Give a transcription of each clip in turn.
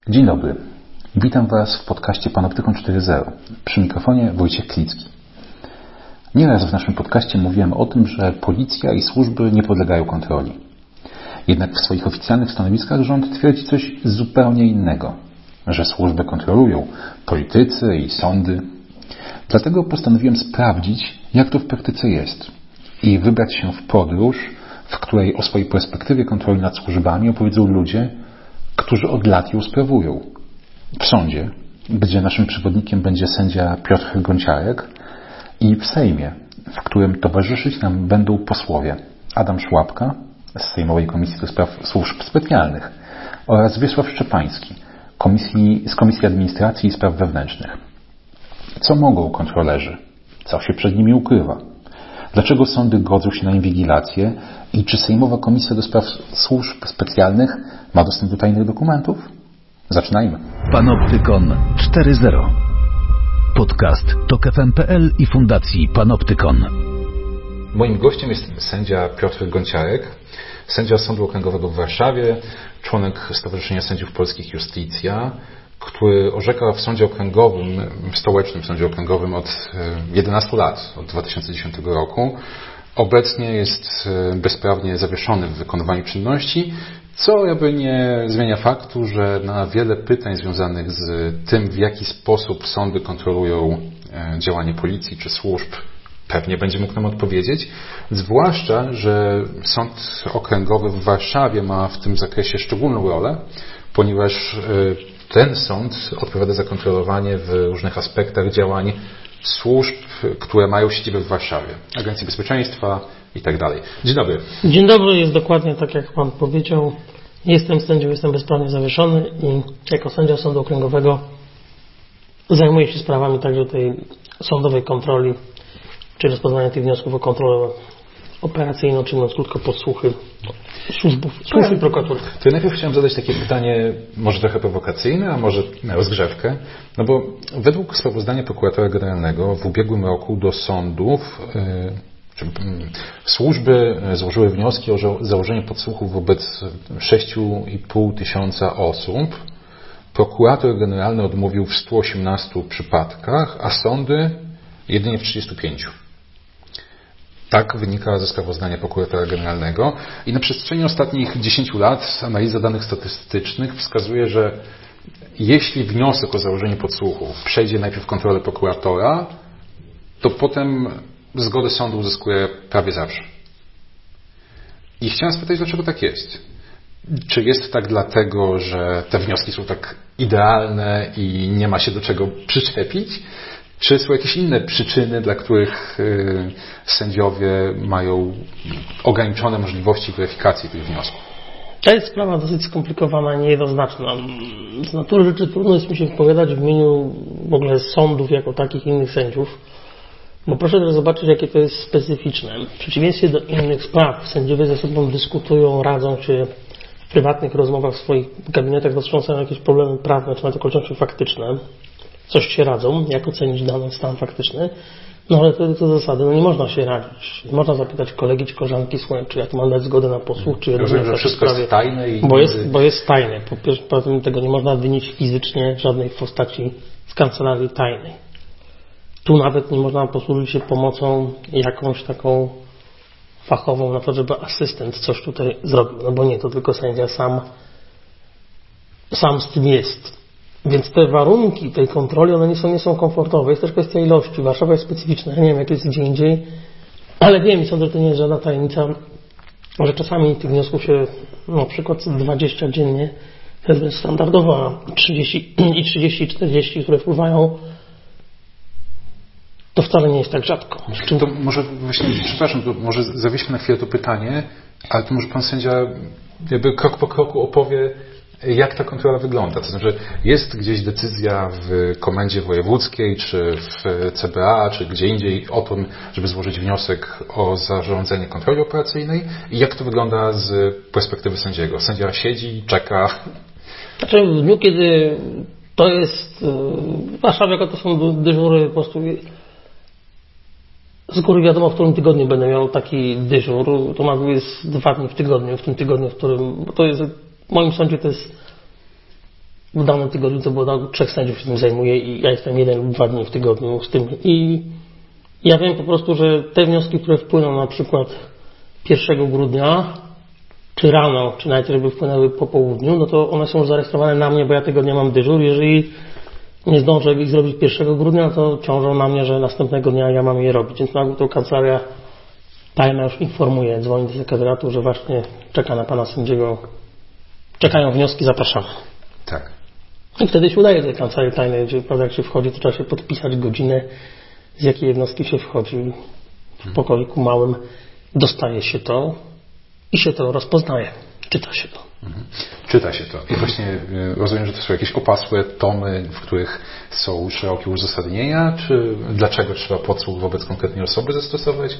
Dzień dobry. Witam Was w podcaście Panoptykon 4.0. Przy mikrofonie Wojciech Klicki. Nieraz w naszym podcaście mówiłem o tym, że policja i służby nie podlegają kontroli. Jednak w swoich oficjalnych stanowiskach rząd twierdzi coś zupełnie innego. Że służby kontrolują politycy i sądy. Dlatego postanowiłem sprawdzić, jak to w praktyce jest i wybrać się w podróż, w której o swojej perspektywie kontroli nad służbami opowiedzą ludzie, którzy od lat ją sprawują. W sądzie, gdzie naszym przewodnikiem będzie sędzia Piotr Gonciarek, i w Sejmie, w którym towarzyszyć nam będą posłowie Adam Szłapka z Sejmowej Komisji do Spraw Służb Specjalnych oraz Wiesław Szczepański z Komisji Administracji i Spraw Wewnętrznych. Co mogą kontrolerzy? Co się przed nimi ukrywa? Dlaczego sądy godzą się na inwigilację i czy Sejmowa Komisja do Spraw Służb Specjalnych ma dostęp do tajnych dokumentów? Zaczynajmy. Panoptykon 4.0. Podcast TOK FM.pl i Fundacji Panoptykon. Moim gościem jest sędzia Piotr Gonciarek, sędzia Sądu Okręgowego w Warszawie, członek Stowarzyszenia Sędziów Polskich Iustitia, który orzeka w Sądzie Okręgowym, w Stołecznym Sądzie Okręgowym od 11 lat, od 2010 roku. Obecnie jest bezprawnie zawieszony w wykonywaniu czynności, co jakby nie zmienia faktu, że na wiele pytań związanych z tym, w jaki sposób sądy kontrolują działanie policji czy służb, pewnie będzie mógł nam odpowiedzieć. Zwłaszcza, że Sąd Okręgowy w Warszawie ma w tym zakresie szczególną rolę, ponieważ ten sąd odpowiada za kontrolowanie w różnych aspektach działań służb, które mają siedzibę w Warszawie, Agencji Bezpieczeństwa i tak dalej. Dzień dobry. Dzień dobry, jest dokładnie tak, jak Pan powiedział. Jestem sędzią, jestem bezprawnie zawieszony i jako sędzia Sądu Okręgowego zajmuję się sprawami także tej sądowej kontroli, czy rozpoznawania tych wniosków o kontrolę operacyjną, czy mówiąc krótko podsłuchy służb i prokuratury. To ja najpierw chciałem zadać takie pytanie, może trochę prowokacyjne, a może na rozgrzewkę. No bo według sprawozdania prokuratora generalnego w ubiegłym roku do sądów służby złożyły wnioski o założenie podsłuchów wobec 6,5 tysiąca osób. Prokurator generalny odmówił w 118 przypadkach, a sądy jedynie w 35. Tak wynika ze sprawozdania prokuratora generalnego. I na przestrzeni ostatnich 10 lat analiza danych statystycznych wskazuje, że jeśli wniosek o założenie podsłuchu przejdzie najpierw kontrolę prokuratora, to potem zgodę sądu uzyskuje prawie zawsze. I chciałem spytać, dlaczego tak jest? Czy jest tak dlatego, że te wnioski są tak idealne i nie ma się do czego przyczepić? Czy są jakieś inne przyczyny, dla których sędziowie mają ograniczone możliwości weryfikacji tych wniosków? To jest sprawa dosyć skomplikowana, niejednoznaczna. Z natury rzeczy trudno jest mi się wypowiadać w imieniu w ogóle sądów jako takich innych sędziów, bo proszę też zobaczyć, jakie to jest specyficzne. W przeciwieństwie do innych spraw sędziowie ze sobą dyskutują, radzą się w prywatnych rozmowach w swoich gabinetach, dostrzegają jakieś problemy prawne, czy nawet okoliczności faktyczne. Coś się radzą, jak ocenić dany stan faktyczny, no ale to zasady, nie można się radzić. Nie można zapytać kolegi czy koleżanki, słuchaj, czy ja tu mam dać zgodę na posłuch, czy rozumiem, że wszystko jest tajne i... Bo jest tajne. Poza tym tego nie można wynieść fizycznie żadnej postaci z kancelarii tajnej. Tu nawet nie można posłużyć się pomocą jakąś taką fachową, na to, żeby asystent coś tutaj zrobił. No bo nie, to tylko sędzia sam z tym jest. Więc te warunki tej kontroli, one nie są komfortowe. Jest też kwestia ilości. Warszawa jest specyficzna. Ja nie wiem, jak jest gdzie indziej, ale wiem i sądzę, że to nie jest żadna tajemnica, że czasami tych wniosków się, na przykład 20 dziennie, to jest standardowa 30 i 40, które wpływają, to wcale nie jest tak rzadko. To może właśnie, przepraszam, to może zawieźmy na chwilę to pytanie, ale to może pan sędzia jakby krok po kroku opowie, jak ta kontrola wygląda. To znaczy, jest gdzieś decyzja w komendzie wojewódzkiej, czy w CBA, czy gdzie indziej o tym, żeby złożyć wniosek o zarządzenie kontroli operacyjnej i jak to wygląda z perspektywy sędziego? Sędzia siedzi, czeka. Znaczy, w dniu, kiedy to jest w Warszawie, to są dyżury, po prostu z góry wiadomo, w którym tygodniu będę miał taki dyżur. To jest 2 dni w tygodniu, w tym tygodniu, w którym, bo to jest w moim sądzie to jest w danym tygodniu to było 3 sędziów się tym zajmuje i ja jestem 1 lub 2 dni w tygodniu z tym. I ja wiem po prostu, że te wnioski, które wpłyną na przykład 1 grudnia, czy rano, czy nawet żeby wpłynęły po południu, no to one są już zarejestrowane na mnie, bo ja tego dnia mam dyżur. Jeżeli nie zdążę ich zrobić 1 grudnia, to ciążą na mnie, że następnego dnia ja mam je robić. Więc na to kancelaria tajna już informuje, dzwoni do sekretariatu, że właśnie czeka na pana sędziego, czekają wnioski, zapraszamy. Tak. I wtedy się udaje do tej kancelarii tajnej, że prawda, jak się wchodzi, to trzeba się podpisać godzinę, z jakiej jednostki się wchodzi. W pokoiku małym dostaje się to i się to rozpoznaje. Czyta się to. Czyta się to. I właśnie rozumiem, że to są jakieś opasłe tomy, w których są szerokie uzasadnienia, czy dlaczego trzeba podsłuch wobec konkretnej osoby zastosować,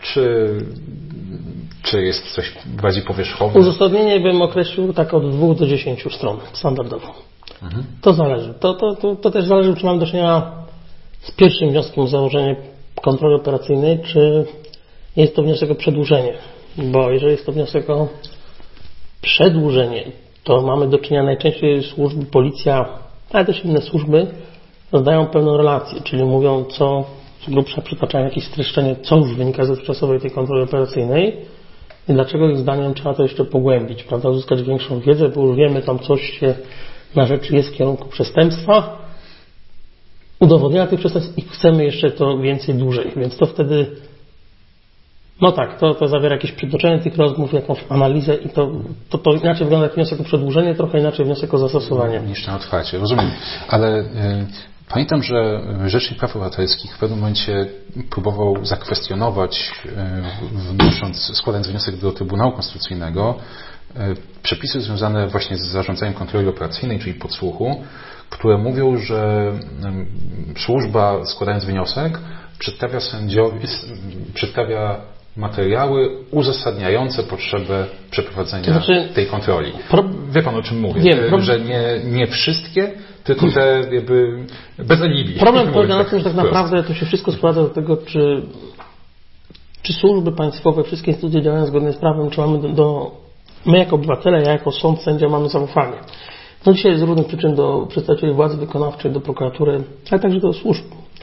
czy jest coś bardziej powierzchowne? Uzasadnienie bym określił tak od 2 do 10 stron standardowo. To zależy. To też zależy, czy mamy do czynienia z pierwszym wnioskiem o założenie kontroli operacyjnej, czy jest to wniosek o przedłużenie. Bo jeżeli jest to wniosek o przedłużenie, to mamy do czynienia najczęściej służby, policja, ale też inne służby zadają pewną relację, czyli mówią, co z grubsza przytaczają jakieś streszczenie, co już wynika z dotychczasowej tej kontroli operacyjnej i dlaczego ich zdaniem trzeba to jeszcze pogłębić, prawda, uzyskać większą wiedzę, bo już wiemy, tam coś się na rzeczy jest w kierunku przestępstwa, udowodnienia tych przestępstw i chcemy jeszcze to więcej, dłużej, więc to wtedy no tak, to zawiera jakieś przytoczenie tych rozmów, jakąś analizę i to inaczej wygląda jak wniosek o przedłużenie, trochę inaczej wniosek o zastosowanie. Niż na otwarcie, rozumiem. Ale pamiętam, że Rzecznik Praw Obywatelskich w pewnym momencie próbował zakwestionować, składając wniosek do Trybunału Konstytucyjnego, przepisy związane właśnie z zarządzaniem kontroli operacyjnej, czyli podsłuchu, które mówią, że służba, składając wniosek, przedstawia materiały uzasadniające potrzebę przeprowadzenia tej kontroli. Wie pan, o czym mówię? Wiem, że nie wszystkie, tylko te jakby bez alibi. Problem polega na tym, że tak naprawdę to się wszystko sprowadza do tego, czy służby państwowe, wszystkie instytucje działają zgodnie z prawem, czy mamy my jako obywatele, ja jako sąd, sędzia mamy zaufanie. No dzisiaj z różnych przyczyn do przedstawicieli władzy wykonawczej, do prokuratury, ale także do służb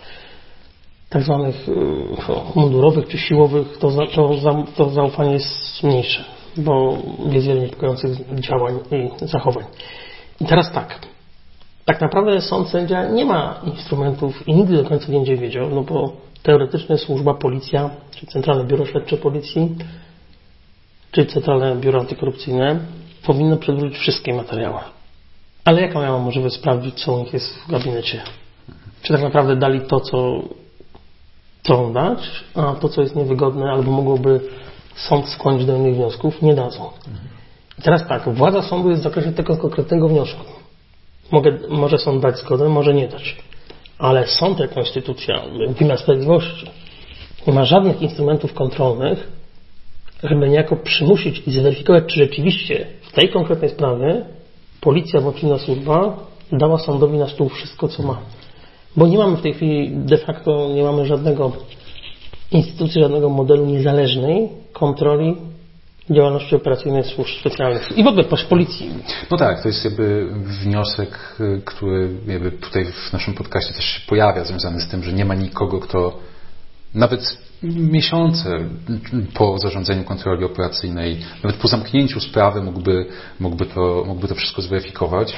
tak zwanych mundurowych czy siłowych, to zaufanie jest mniejsze, bo jest wiele niepokojących działań i zachowań. I teraz tak naprawdę sąd, sędzia nie ma instrumentów i nigdy do końca nie będzie wiedział, no bo teoretycznie służba, policja, czy Centralne Biuro Śledcze Policji, czy Centralne Biuro Antykorupcyjne powinno przedłużyć wszystkie materiały. Ale jak miała możliwość sprawdzić, co u nich jest w gabinecie? Czy tak naprawdę dali to, co chcą dać, a to, co jest niewygodne, albo mogłoby sąd skłonić do innych wniosków, nie dadzą. I teraz władza sądu jest w zakresie tego konkretnego wniosku. Może sąd dać zgodę, może nie dać. Ale sąd jako instytucja, wymiar sprawiedliwości, nie ma żadnych instrumentów kontrolnych, żeby niejako przymusić i zweryfikować, czy rzeczywiście w tej konkretnej sprawie policja bądź inna służba dała sądowi na stół wszystko, co ma. Bo nie mamy w tej chwili de facto, nie mamy żadnego instytucji, żadnego modelu niezależnej kontroli działalności operacyjnej służb specjalnych i w ogóle policji. No tak, to jest jakby wniosek, który jakby tutaj w naszym podcaście też się pojawia, związany z tym, że nie ma nikogo, kto nawet miesiące po zarządzeniu kontroli operacyjnej, nawet po zamknięciu sprawy mógłby to wszystko zweryfikować.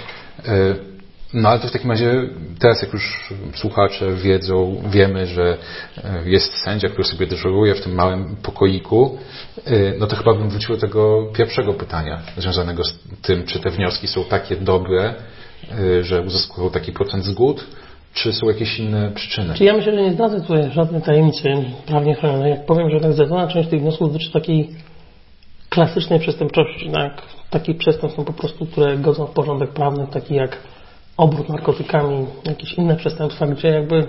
No ale to w takim razie teraz, jak już słuchacze wiemy, że jest sędzia, który sobie dyżuruje w tym małym pokoiku, no to chyba bym wrócił do tego pierwszego pytania związanego z tym, czy te wnioski są takie dobre, że uzyskują taki procent zgód, czy są jakieś inne przyczyny? Czy ja myślę, że nie zdradzę tutaj żadnej tajemnicy prawnie chronionej. Jak powiem, że zdecydowana część tych wniosków dotyczy takiej klasycznej przestępczości, takich przestępstw po prostu, które godzą w porządek prawny, taki jak obrót narkotykami, jakieś inne przestępstwa, gdzie jakby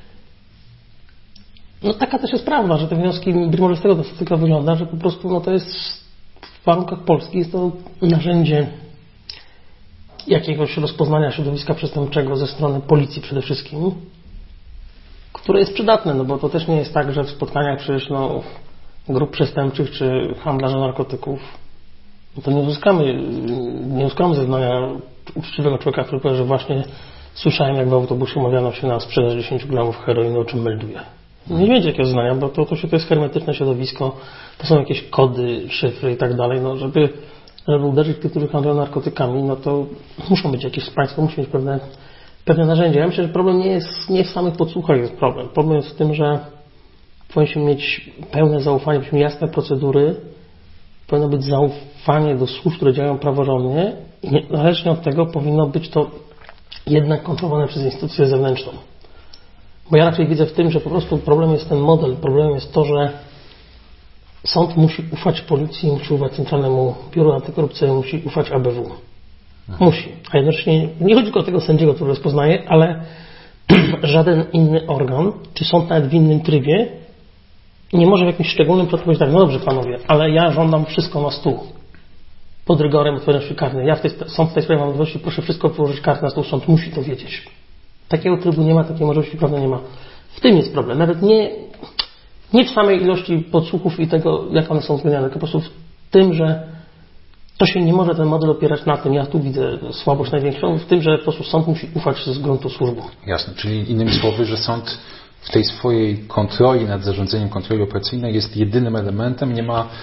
no taka też jest prawda, że te wnioski, być może z tego ta statystyka wygląda, że po prostu to jest w warunkach polskich jest to narzędzie jakiegoś rozpoznania środowiska przestępczego ze strony policji przede wszystkim, które jest przydatne, bo to też nie jest tak, że w spotkaniach przecież grup przestępczych czy handlarzy narkotyków to nie uzyskamy zeznania uczciwego człowieka, który powie, że właśnie słyszałem, jak w autobusie umawiano się na sprzedaż 10 gramów heroiny, o czym melduje. Nie będzie jakiego zeznania, bo to jest hermetyczne środowisko, to są jakieś kody, szyfry i tak dalej. No, żeby uderzyć tych, którzy handlują narkotykami, no to muszą być jakieś, państwo musi mieć pewne narzędzia. Ja myślę, że problem nie w samych podsłuchach jest problem. Problem jest w tym, że powinniśmy mieć pełne zaufanie, powinniśmy mieć jasne procedury, powinno być zaufanie do służb, które działają praworządnie i niezależnie od tego powinno być to jednak kontrolowane przez instytucję zewnętrzną. Bo ja raczej widzę w tym, że po prostu problem jest ten model. Problemem jest to, że sąd musi ufać policji, musi ufać Centralnemu Biuru Antykorupcyjnemu, musi ufać ABW. Musi. A jednocześnie nie chodzi tylko o tego sędziego, który rozpoznaje, ale żaden inny organ, czy sąd nawet w innym trybie, nie może w jakimś szczególnym przypadku powiedzieć tak, no dobrze panowie, ale ja żądam wszystko na stół. Pod rygorem odpowiedzialności karnej. Sąd w tej sprawie mam możliwości, proszę wszystko położyć kartę na stół, sąd musi to wiedzieć. Takiego trybu nie ma, takiej możliwości prawnej nie ma. W tym jest problem. Nawet nie w samej ilości podsłuchów i tego, jak one są zmieniane, tylko po prostu w tym, że to się nie może ten model opierać na tym, ja tu widzę słabość największą, w tym, że po prostu sąd musi ufać z gruntu służbom. Jasne, czyli innymi słowy, że sąd w tej swojej kontroli nad zarządzeniem kontroli operacyjnej jest jedynym elementem, nie ma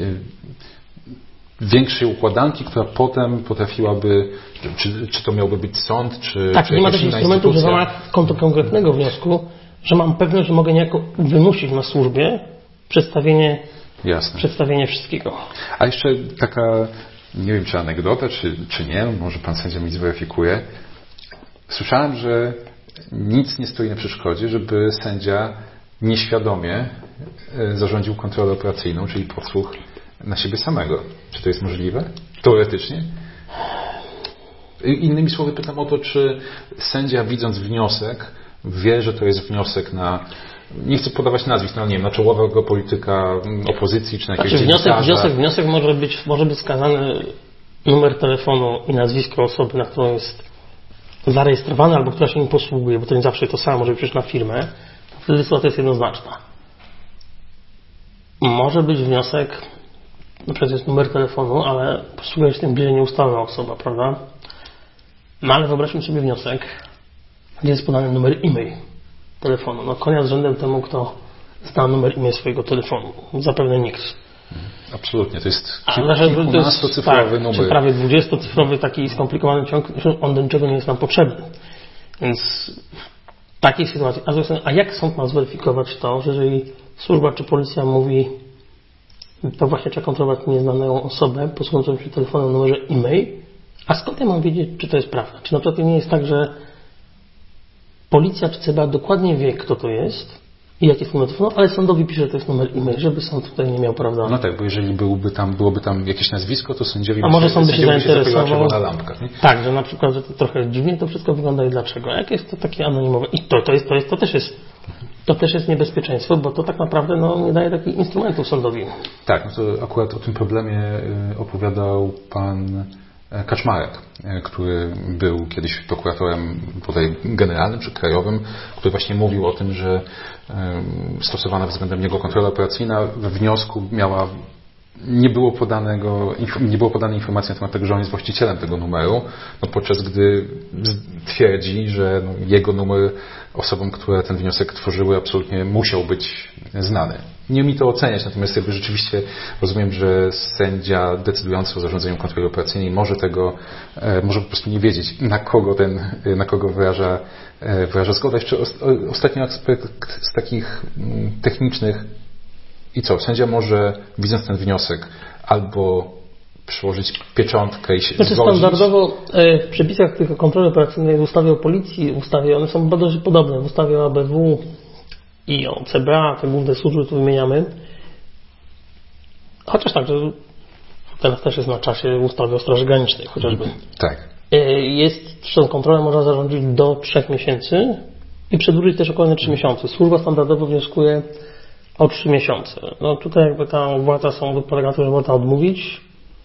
większej układanki, która potem potrafiłaby, czy to miałby być sąd, czy tak, czy nie ma jakaś też inna instrumentu, że w instytucja. ramach konkretnego wniosku, że mam pewność, że mogę niejako wymusić na służbie przedstawienie wszystkiego. A jeszcze taka, nie wiem czy anegdota, czy nie, może pan sędzia mi zweryfikuje. Słyszałem, że nic nie stoi na przeszkodzie, żeby sędzia nieświadomie zarządził kontrolę operacyjną, czyli podsłuch na siebie samego. Czy to jest możliwe? Teoretycznie? Innymi słowy pytam o to, czy sędzia widząc wniosek wie, że to jest wniosek na, nie chcę podawać nazwisk, no nie wiem, na czołowego polityka opozycji, czy na jakiegoś dziennikarza. Wniosek może być skazany numer telefonu i nazwisko osoby, na którą jest zarejestrowany albo która się nim posługuje, bo to nie zawsze to samo, może być przecież na firmę. Wtedy sytuacja jest jednoznaczna. Może być wniosek, na przykład jest numer telefonu, ale posługuje się tym bliżej nieustalona osoba, prawda? No ale wyobraźmy sobie wniosek, gdzie jest podany numer e-mail telefonu. No konia z rzędem temu, kto zna numer e-mail swojego telefonu. Zapewne nikt. Absolutnie, to jest kilkunastocyfrowy numer. Czy prawie 20-cyfrowy taki skomplikowany ciąg, on do niczego nie jest nam potrzebny. Więc w takiej sytuacji, a jak sąd ma zweryfikować to, że jeżeli służba czy policja mówi, to właśnie trzeba kontrolować nieznaną osobę, posługującą się telefonem w numerze e-mail, a skąd ja mam wiedzieć, czy to jest prawda? Czy na przykład nie jest tak, że policja czy CBA dokładnie wie, kto to jest i jaki jest numer telefonu, ale sądowi pisze, że to jest numer e-mail, żeby sąd tutaj nie miał, prawda? No tak, bo jeżeli byłoby tam jakieś nazwisko, to sędziowi a może sąd by się zainteresował. Czerwona lampka, nie? Tak, że na przykład, że to trochę dziwnie to wszystko wygląda i dlaczego. A jak jest to takie anonimowe? I to też jest niebezpieczeństwo, bo to tak naprawdę nie daje takich instrumentów sądowi. Tak, no to akurat o tym problemie opowiadał pan Kaczmarek, który był kiedyś prokuratorem tutaj generalnym czy krajowym, który właśnie mówił o tym, że stosowana względem niego kontrola operacyjna we wniosku nie było podanej informacji na temat tego, że on jest właścicielem tego numeru, podczas gdy twierdzi, że jego numer osobom, które ten wniosek tworzyły, absolutnie musiał być znany. Nie mi to oceniać, natomiast rzeczywiście rozumiem, że sędzia decydujący o zarządzeniu kontroli operacyjnej może po prostu nie wiedzieć, na kogo wyraża zgodę. Jeszcze ostatni aspekt z takich technicznych. I co? Sędzia może, widząc ten wniosek, albo przyłożyć pieczątkę i się zgodzić? Standardowo w przepisach tych kontroli operacyjnej w ustawie o policji, one są dość podobne. W ustawie o ABW i o CBA, te główne służby tu wymieniamy. Chociaż tak, że teraz też jest na czasie ustawy o Straży Granicznej chociażby. Tak. Tą kontrolę można zarządzić do 3 miesięcy i przedłużyć też o kolejne 3 miesiące. Służba standardowo wnioskuje o 3 miesiące. Tutaj jakby ta opłata sądu polega na tym, że można odmówić.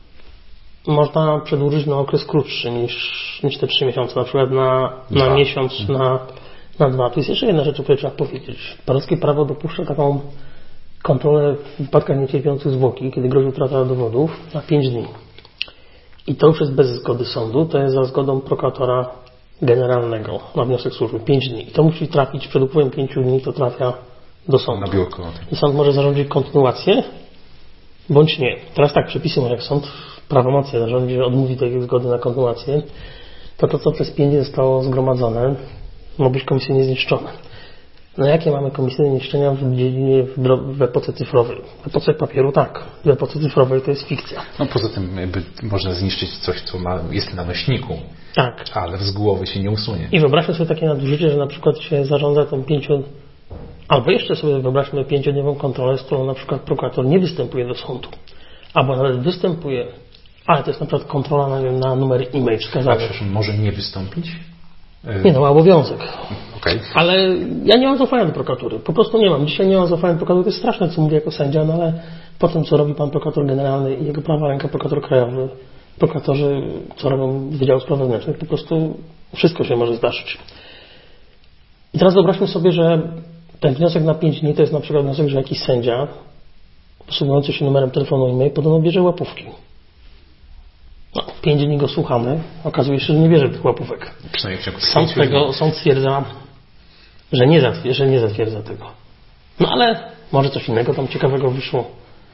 Można przedłużyć na okres krótszy niż te 3 miesiące, na przykład na miesiąc, na 2. Tu jest jeszcze jedna rzecz, o której trzeba powiedzieć. Polskie prawo dopuszcza taką kontrolę w wypadkach niecierpiących zwłoki, kiedy grozi utrata dowodów, na 5 dni. I to już jest bez zgody sądu, to jest za zgodą prokuratora generalnego na wniosek służby 5 dni. I to musi trafić przed upływem 5 dni, to trafia do sądu. Na biurko. I sąd może zarządzić kontynuację, bądź nie. Teraz tak, przepisy może jak sąd prawomocnie zarządzi, że odmówi tej zgody na kontynuację, to co przez 5 dni zostało zgromadzone, ma być komisyjnie zniszczone. No jakie mamy komisyjne niszczenia w dziedzinie w epoce cyfrowej? W epoce papieru tak, w epoce cyfrowej to jest fikcja. No poza tym jakby można zniszczyć coś, co jest na nośniku, Tak. ale z głowy się nie usunie. I wyobraźmy sobie takie nadużycie, że na przykład się zarządza tą albo jeszcze sobie wyobraźmy 5-dniową kontrolę, z którą na przykład prokurator nie występuje do sądu, albo nawet występuje, ale to jest na przykład kontrola, nie wiem, na numer e-mail wskazany. A przecież może nie wystąpić? Nie, no ma obowiązek. Okay. Ale ja nie mam zaufania do prokuratury. Po prostu nie mam. Dzisiaj nie mam zaufania do prokuratury. To jest straszne, co mówię jako sędzia, no ale po tym, co robi pan prokurator generalny i jego prawa ręka prokurator krajowy, prokuratorzy, co robią z Wydziału Spraw Wewnętrznych, po prostu wszystko się może zdarzyć. I teraz wyobraźmy sobie, że ten wniosek na 5 dni to jest na przykład wniosek, że jakiś sędzia posługujący się numerem telefonu i e-mail podobno bierze łapówki. No, 5 dni go słuchamy, okazuje się, że nie bierze tych łapówek. Przynajmniej w ciągu Sąd stwierdza, że nie zatwierdza tego. No ale może coś innego tam ciekawego wyszło.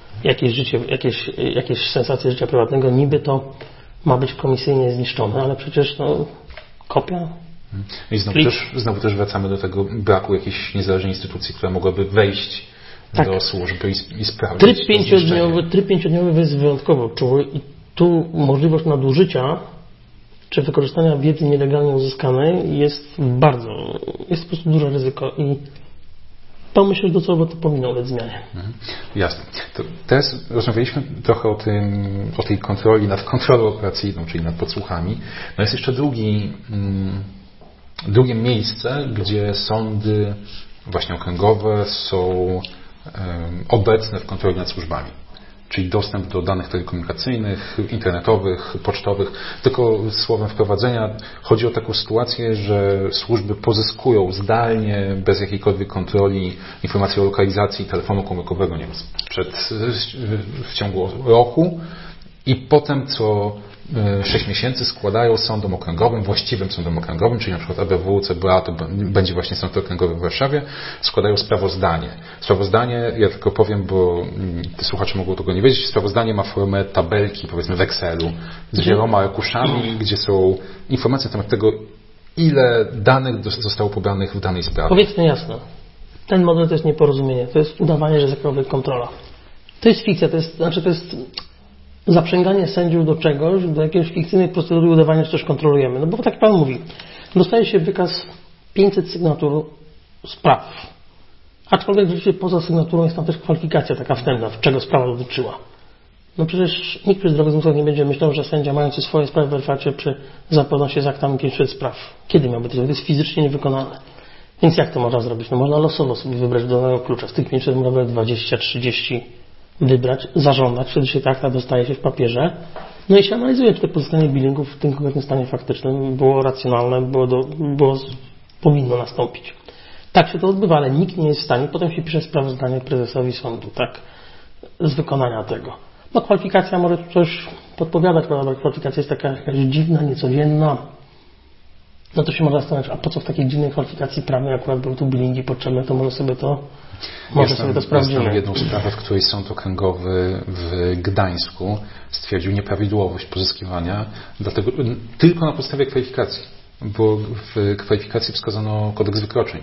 Jakieś sensacje życia prywatnego. Niby to ma być komisyjnie zniszczone, ale przecież kopia. I znowu też wracamy do tego braku jakiejś niezależnej instytucji, która mogłaby wejść do służby i sprawdzić. Tryb 5-dniowy jest wyjątkowo czuły i tu możliwość nadużycia czy wykorzystania wiedzy nielegalnie uzyskanej jest po prostu duże ryzyko i to myślę, docelowo to powinno ulec zmianie. Jasne. To teraz rozmawialiśmy trochę o tej kontroli nad kontrolą operacyjną, czyli nad podsłuchami. No jest jeszcze drugie miejsce, gdzie sądy właśnie okręgowe są obecne w kontroli nad służbami. Czyli dostęp do danych telekomunikacyjnych, internetowych, pocztowych. Tylko słowem wprowadzenia chodzi o taką sytuację, że służby pozyskują zdalnie, bez jakiejkolwiek kontroli, informacje o lokalizacji telefonu komórkowego, nie wiem, w ciągu roku i potem co 6 miesięcy składają sądom okręgowym, właściwym sądom okręgowym, czyli na przykład ABW, CBA, to będzie właśnie sąd okręgowy w Warszawie, składają sprawozdanie. Sprawozdanie, ja tylko powiem, bo słuchacze mogą tego nie wiedzieć, sprawozdanie ma formę tabelki, powiedzmy w Excelu, z wieloma arkuszami, gdzie są informacje na temat tego, ile danych zostało pobranych w danej sprawie. Powiedzmy jasno, ten model to jest nieporozumienie, to jest udawanie, że jest jakakolwiek kontrola. To jest fikcja, to jest zaprzęganie sędziów do czegoś, do jakiejś fikcyjnej procedury udawania, że coś kontrolujemy. No bo tak pan mówi, dostaje się wykaz 500 sygnatur spraw. Aczkolwiek rzeczywiście poza sygnaturą jest tam też kwalifikacja taka wstępna, czego sprawa dotyczyła. No przecież nikt przy zdrowych zmysłach nie będzie myślał, że sędzia mający swoje sprawy w weryfikacie zapoznał się z aktami 500 spraw. Kiedy miałby to zrobić? To jest fizycznie niewykonalne. Więc jak to można zrobić? No można losowo sobie wybrać do danego klucza. Z tych 500 można 20, 30 wybrać, zażądać, wtedy się akta dostaje się w papierze. No i się analizuje, czy to pozyskanie billingów w tym konkretnym stanie faktycznym było racjonalne, powinno nastąpić. Tak się to odbywa, ale nikt nie jest w stanie. Potem się pisze sprawozdanie prezesowi sądu, tak, z wykonania tego. No kwalifikacja może coś podpowiadać, prawda? Kwalifikacja jest taka jakaś dziwna, niecodzienna. No to się można zastanawiać, a po co w takiej dziwnej kwalifikacji prawnej akurat były tu billingi potrzebne, to może sobie to sprawdzimy. Jest jedną sprawę, w której sąd okręgowy w Gdańsku stwierdził nieprawidłowość pozyskiwania, dlatego tylko na podstawie kwalifikacji, bo w kwalifikacji wskazano kodeks wykroczeń.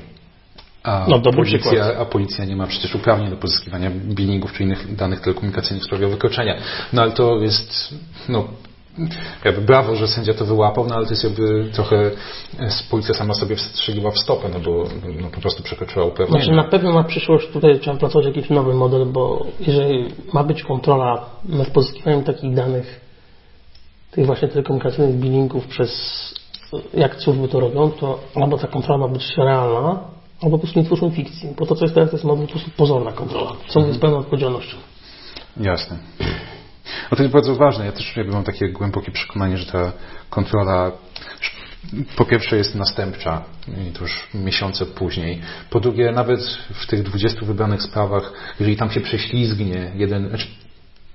A policja nie ma przecież uprawnień do pozyskiwania billingów czy innych danych telekomunikacyjnych w sprawie o wykroczenia. No ale to jest, brawo, że sędzia to wyłapał, no ale to jest jakby trochę policja sama sobie strzeliła w stopę, bo po prostu przekroczyła uprawnienia. Znaczy na pewno na przyszłość tutaj trzeba pracować jakiś nowy model, bo jeżeli ma być kontrola nad pozyskiwaniem takich danych, tych właśnie telekomunikacyjnych billingów jak służby to robią, to albo ta kontrola ma być realna, albo po prostu nie tworzą fikcji, bo to co jest teraz to jest po prostu pozorna kontrola, co jest pełną odpowiedzialnością. Jasne. No to jest bardzo ważne. Ja też mam takie głębokie przekonanie, że ta kontrola po pierwsze jest następcza i to już miesiące później. Po drugie, nawet w tych 20 wybranych sprawach, jeżeli tam się prześlizgnie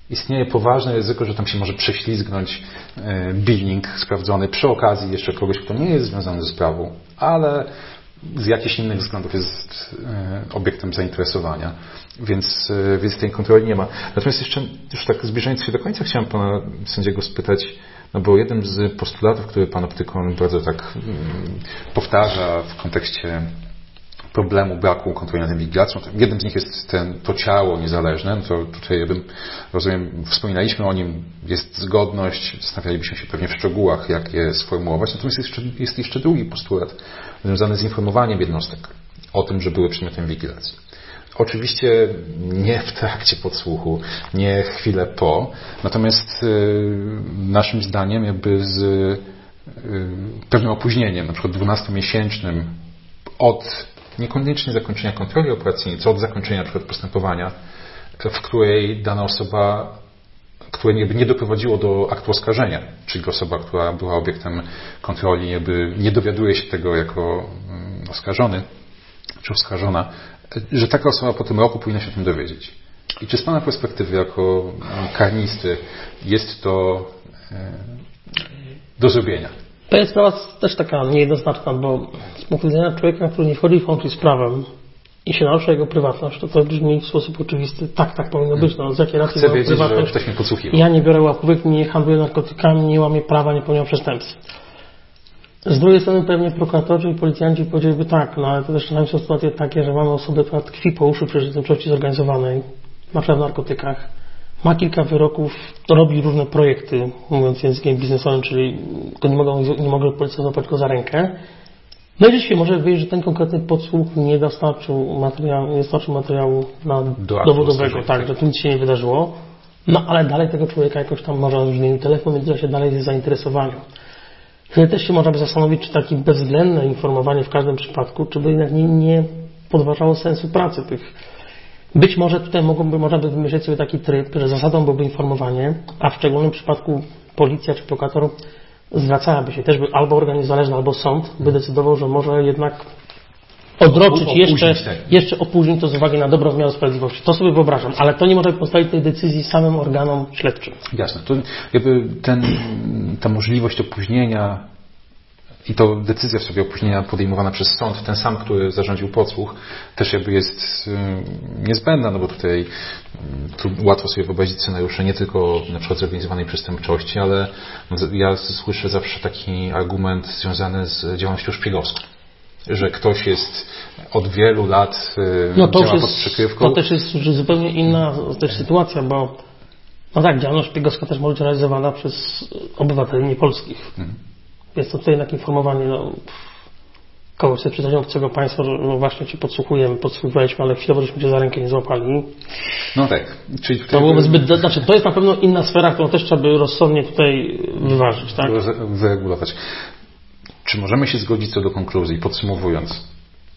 istnieje poważne ryzyko, że tam się może prześlizgnąć billing sprawdzony przy okazji jeszcze kogoś, kto nie jest związany ze sprawą, ale z jakichś innych względów jest obiektem zainteresowania, więc tej kontroli nie ma. Natomiast jeszcze już tak zbliżając się do końca, chciałem pana sędziego spytać, no bo jednym z postulatów, który pan Optykon bardzo tak powtarza w kontekście problemu braku kontroli nad inwigilacją. Jednym z nich jest to ciało niezależne. No to tutaj, rozumiem, wspominaliśmy o nim, jest zgodność, zastanawialibyśmy się pewnie w szczegółach, jak je sformułować. Natomiast jest jeszcze drugi postulat związany z informowaniem jednostek o tym, że były przedmiotem inwigilacji. Oczywiście nie w trakcie podsłuchu, nie chwilę po, natomiast naszym zdaniem jakby z pewnym opóźnieniem, na przykład 12-miesięcznym od niekoniecznie zakończenia kontroli operacyjnej, co od zakończenia na przykład postępowania, w której dana osoba, które jakby nie doprowadziło do aktu oskarżenia, czyli osoba, która była obiektem kontroli, jakby nie dowiaduje się tego jako oskarżony czy oskarżona, że taka osoba po tym roku powinna się o tym dowiedzieć. I czy z pana perspektywy jako karnisty jest to do zrobienia? To jest sprawa też taka niejednoznaczna, bo z punktu widzenia człowieka, który nie wchodzi w konflikt z prawem i się narusza jego prywatność, to brzmi w sposób oczywisty, tak powinno być. No, z jakiej racji chcę wiedzieć, że ktoś mnie podsłuchiwał. Ja nie biorę łapówek, nie handluję narkotykami, nie łamię prawa, nie popełniam przestępstw. Z drugiej strony pewnie prokuratorzy i policjanci powiedzieliby tak, no ale to też czasami są sytuacje takie, że mamy osobę, która tkwi po uszy przestępczości zorganizowanej, na przykład w narkotykach, ma kilka wyroków, robi różne projekty, mówiąc językiem biznesowym, czyli nie mogą policja złapać go za rękę. No i rzeczywiście może wyjść, że ten konkretny podsłuch nie dostarczył materiału dowodowego, tak, że tu nic się nie wydarzyło. No ale dalej tego człowieka jakoś tam może zmienił telefon, więc się dalej jest zainteresowaniu. Wtedy też się można by zastanowić, czy takie bezwzględne informowanie w każdym przypadku, czy by jednak nie podważało sensu pracy tych. Być może tutaj można by wymyślić sobie taki tryb, że zasadą byłoby informowanie, a w szczególnym przypadku policja czy prokurator zwracałaby się też, by albo organ niezależny, albo sąd by decydował, że może jednak odroczyć, jeszcze opóźnić to z uwagi na dobrą wymiarę sprawiedliwości. To sobie wyobrażam, ale to nie może postawić tej decyzji samym organom śledczym. Jasne. To jakby ta możliwość opóźnienia i to decyzja w sprawie opóźnienia podejmowana przez sąd, ten sam, który zarządził podsłuch, też jakby jest niezbędna, no bo tutaj łatwo sobie wyobrazić scenariusze nie tylko na przykład zorganizowanej przestępczości, ale ja słyszę zawsze taki argument związany z działalnością szpiegowską, że ktoś jest od wielu lat działa pod przykrywką. To też jest zupełnie inna też sytuacja, bo no tak, działalność szpiegowska też może być realizowana przez obywateli niepolskich. Jest to tutaj jednak informowanie kogoś z przedstawiciela obcego państwa, że no właśnie Cię podsłuchujemy, ale chwilowo żeśmy Cię za rękę nie złapali. No tak. Czyli to byłoby to jest na pewno inna sfera, którą też trzeba by rozsądnie tutaj wyważyć, tak? Wyregulować. Czy możemy się zgodzić co do konkluzji, podsumowując,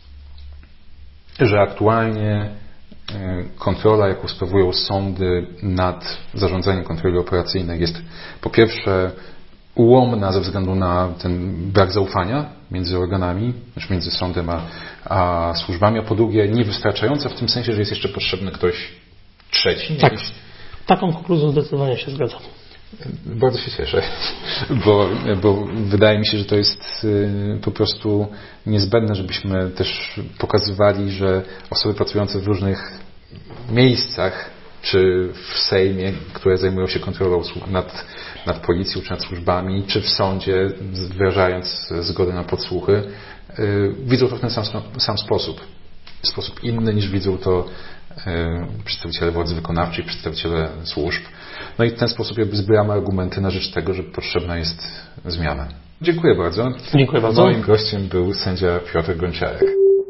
że aktualnie kontrola, jaką sprawują sądy nad zarządzaniem kontroli operacyjnej jest po pierwsze ułomna ze względu na ten brak zaufania między organami, znaczy między sądem a służbami, a po drugie niewystarczająca w tym sensie, że jest jeszcze potrzebny ktoś trzeci? Tak, taką konkluzją zdecydowanie się zgadzam. Bardzo się cieszę, bo wydaje mi się, że to jest po prostu niezbędne, żebyśmy też pokazywali, że osoby pracujące w różnych miejscach, czy w Sejmie, które zajmują się kontrolą nad policją, czy nad służbami, czy w sądzie, wyrażając zgodę na podsłuchy, widzą to w ten sam sposób. W sposób inny niż widzą to przedstawiciele władzy wykonawczej, przedstawiciele służb. No i w ten sposób jakby zbieramy argumenty na rzecz tego, że potrzebna jest zmiana. Dziękuję bardzo. Dziękuję bardzo. Moim gościem był sędzia Piotr Gonciarek.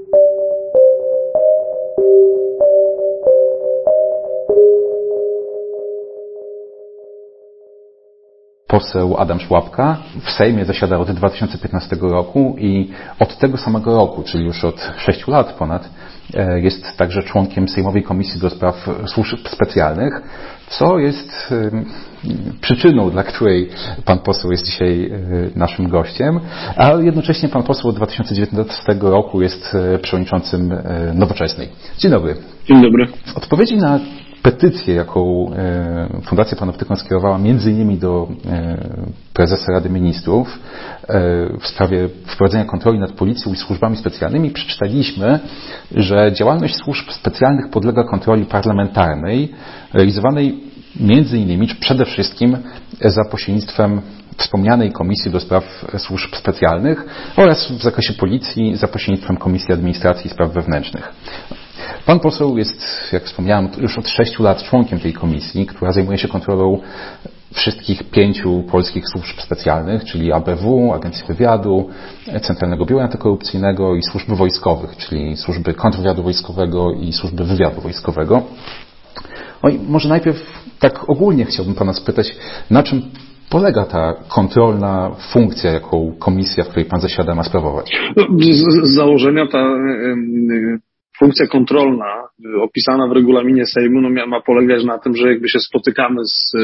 Poseł Adam Szłapka w Sejmie zasiada od 2015 roku i od tego samego roku, czyli już od 6 lat ponad, jest także członkiem Sejmowej Komisji do Spraw Służb Specjalnych, co jest przyczyną, dla której pan poseł jest dzisiaj naszym gościem, a jednocześnie pan poseł od 2019 roku jest przewodniczącym Nowoczesnej. Dzień dobry. Dzień dobry. W odpowiedzi na petycję, jaką Fundacja Panoptykon skierowała między innymi do prezesa Rady Ministrów w sprawie wprowadzenia kontroli nad policją i służbami specjalnymi, przeczytaliśmy, że działalność służb specjalnych podlega kontroli parlamentarnej, realizowanej między innymi, czy przede wszystkim za pośrednictwem wspomnianej Komisji do Spraw Służb Specjalnych oraz w zakresie policji za pośrednictwem Komisji Administracji i Spraw Wewnętrznych. Pan poseł jest, jak wspomniałem, już od 6 lat członkiem tej komisji, która zajmuje się kontrolą wszystkich 5 polskich służb specjalnych, czyli ABW, Agencji Wywiadu, Centralnego Biura Antykorupcyjnego i służb wojskowych, czyli służby kontrwywiadu wojskowego i służby wywiadu wojskowego. No i może najpierw tak ogólnie chciałbym Pana spytać, na czym polega ta kontrolna funkcja, jaką komisja, w której Pan zasiada, ma sprawować? Z założenia ta funkcja kontrolna opisana w regulaminie Sejmu ma polegać na tym, że jakby się spotykamy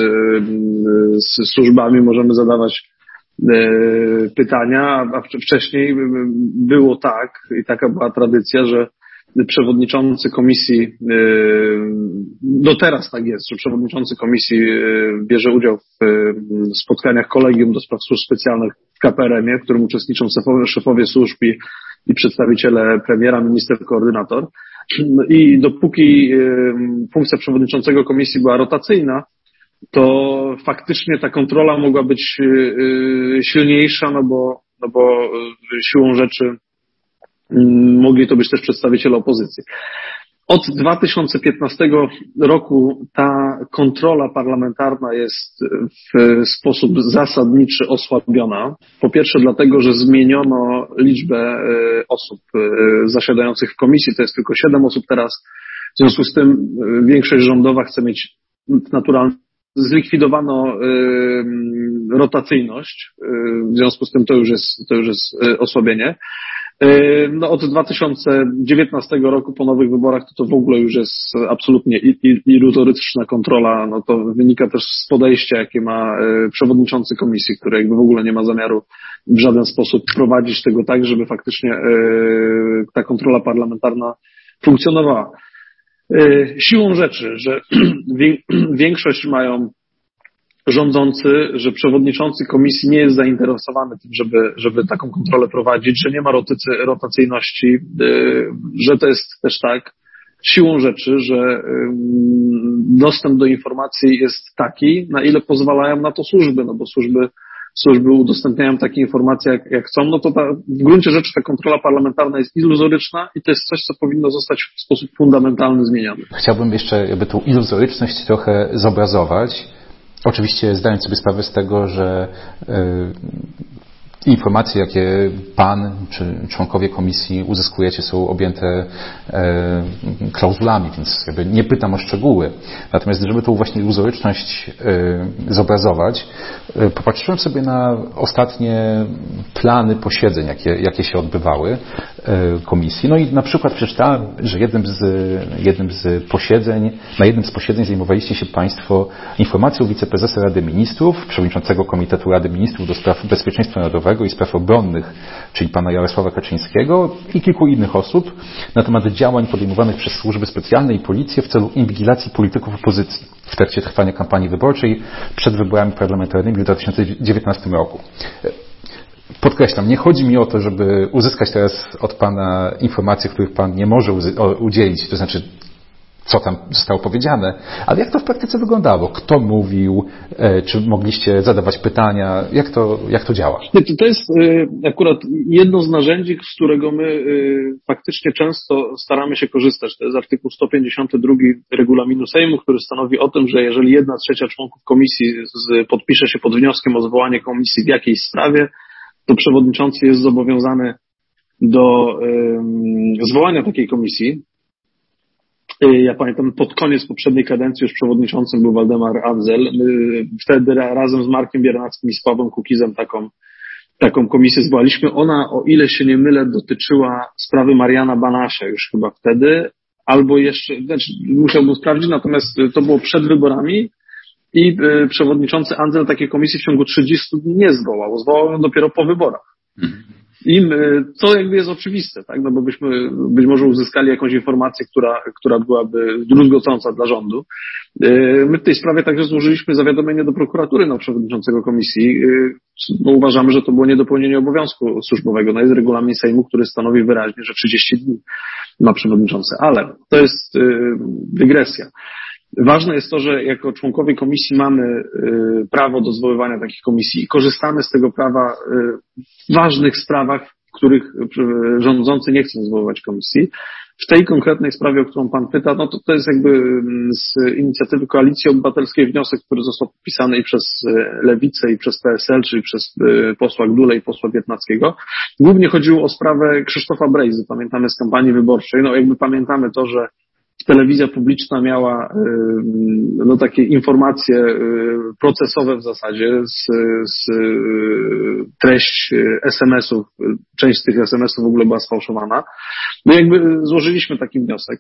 z służbami, możemy zadawać pytania, a wcześniej było tak i taka była tradycja, że przewodniczący komisji, no teraz tak jest, że przewodniczący komisji bierze udział w spotkaniach kolegium do spraw służb specjalnych w KPRM-ie, w którym uczestniczą szefowie służb i przedstawiciele premiera, minister, koordynator. I dopóki funkcja przewodniczącego komisji była rotacyjna, to faktycznie ta kontrola mogła być silniejsza, no bo siłą rzeczy mogli to być też przedstawiciele opozycji. Od 2015 roku ta kontrola parlamentarna jest w sposób zasadniczy osłabiona. Po pierwsze dlatego, że zmieniono liczbę osób zasiadających w komisji, to jest tylko 7 osób teraz. W związku z tym większość rządowa chce mieć naturalnie. Zlikwidowano rotacyjność, w związku z tym to już jest osłabienie. No od 2019 roku po nowych wyborach to w ogóle już jest absolutnie iluzoryczna kontrola. No to wynika też z podejścia, jakie ma przewodniczący komisji, który jakby w ogóle nie ma zamiaru w żaden sposób prowadzić tego tak, żeby faktycznie ta kontrola parlamentarna funkcjonowała. Siłą rzeczy, że większość mają rządzący, że przewodniczący komisji nie jest zainteresowany tym, żeby taką kontrolę prowadzić, że nie ma rotacyjności, że to jest też tak, siłą rzeczy, że dostęp do informacji jest taki, na ile pozwalają na to służby, no bo służby udostępniają takie informacje, jak chcą, no to w gruncie rzeczy ta kontrola parlamentarna jest iluzoryczna i to jest coś, co powinno zostać w sposób fundamentalny zmienione. Chciałbym jeszcze jakby tą iluzoryczność trochę zobrazować. Oczywiście zdając sobie sprawę z tego, że informacje, jakie Pan czy członkowie komisji uzyskujecie, są objęte klauzulami, więc jakby nie pytam o szczegóły. Natomiast żeby tą właśnie iluzoryczność zobrazować, popatrzyłem sobie na ostatnie plany posiedzeń, jakie się odbywały komisji. No i na przykład przeczytałem, że na jednym z posiedzeń zajmowaliście się Państwo informacją wiceprezesa Rady Ministrów, przewodniczącego Komitetu Rady Ministrów do spraw bezpieczeństwa narodowego i spraw obronnych, czyli pana Jarosława Kaczyńskiego i kilku innych osób na temat działań podejmowanych przez służby specjalne i policję w celu inwigilacji polityków opozycji w trakcie trwania kampanii wyborczej przed wyborami parlamentarnymi w 2019 roku. Podkreślam, nie chodzi mi o to, żeby uzyskać teraz od Pana informacje, których Pan nie może udzielić, to znaczy co tam zostało powiedziane, ale jak to w praktyce wyglądało? Kto mówił? Czy mogliście zadawać pytania? Jak to działa? To jest akurat jedno z narzędzi, z którego my faktycznie często staramy się korzystać. To jest artykuł 152 regulaminu Sejmu, który stanowi o tym, że jeżeli 1/3 członków komisji podpisze się pod wnioskiem o zwołanie komisji w jakiejś sprawie, to przewodniczący jest zobowiązany do zwołania takiej komisji. Ja pamiętam, pod koniec poprzedniej kadencji już przewodniczącym był Waldemar Andzel. Wtedy razem z Markiem Biernackim i z Pawłem Kukizem taką komisję zwołaliśmy. Ona, o ile się nie mylę, dotyczyła sprawy Mariana Banasia już chyba wtedy, albo jeszcze, musiałbym sprawdzić, natomiast to było przed wyborami i przewodniczący Andzel takiej komisji w ciągu 30 dni nie zwołał. Zwołał ją dopiero po wyborach. co jakby jest oczywiste, tak? No bo byśmy być może uzyskali jakąś informację, która byłaby druzgocąca dla rządu. My w tej sprawie także złożyliśmy zawiadomienie do prokuratury na przewodniczącego komisji, bo uważamy, że to było niedopełnienie obowiązku służbowego. No jest regulamin Sejmu, który stanowi wyraźnie, że 30 dni ma przewodniczący, ale to jest dygresja. Ważne jest to, że jako członkowie komisji mamy prawo do zwoływania takich komisji i korzystamy z tego prawa w ważnych sprawach, w których rządzący nie chcą zwoływać komisji. W tej konkretnej sprawie, o którą pan pyta, no to jest jakby z inicjatywy Koalicji Obywatelskiej wniosek, który został podpisany i przez Lewicę, i przez PSL, czyli przez posła Gdulę i posła Biernackiego. Głównie chodziło o sprawę Krzysztofa Brejzy, pamiętamy z kampanii wyborczej. No jakby pamiętamy to, że telewizja publiczna miała no takie informacje procesowe w zasadzie z treść SMS-ów. Część z tych SMS-ów w ogóle była sfałszowana. No jakby złożyliśmy taki wniosek.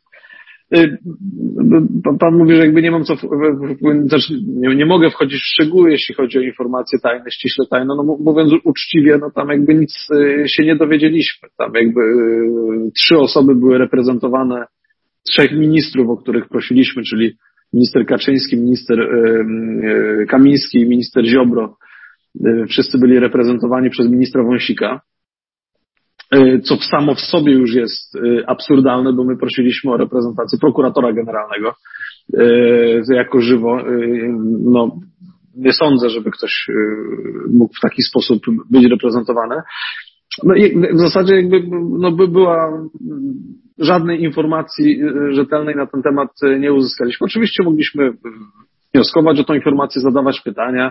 Pan mówi, że jakby nie mam co, znaczy nie mogę wchodzić w szczegóły, jeśli chodzi o informacje tajne, ściśle tajne. No mówiąc uczciwie, no tam jakby nic się nie dowiedzieliśmy. Tam jakby 3 osoby były reprezentowane, 3 ministrów, o których prosiliśmy, czyli minister Kaczyński, minister Kamiński i minister Ziobro. Wszyscy byli reprezentowani przez ministra Wąsika, co samo w sobie już jest absurdalne, bo my prosiliśmy o reprezentację prokuratora generalnego jako żywo. No, nie sądzę, żeby ktoś mógł w taki sposób być reprezentowany. No i w zasadzie jakby no by była żadnej informacji rzetelnej na ten temat nie uzyskaliśmy. Oczywiście mogliśmy wnioskować o tą informację, zadawać pytania,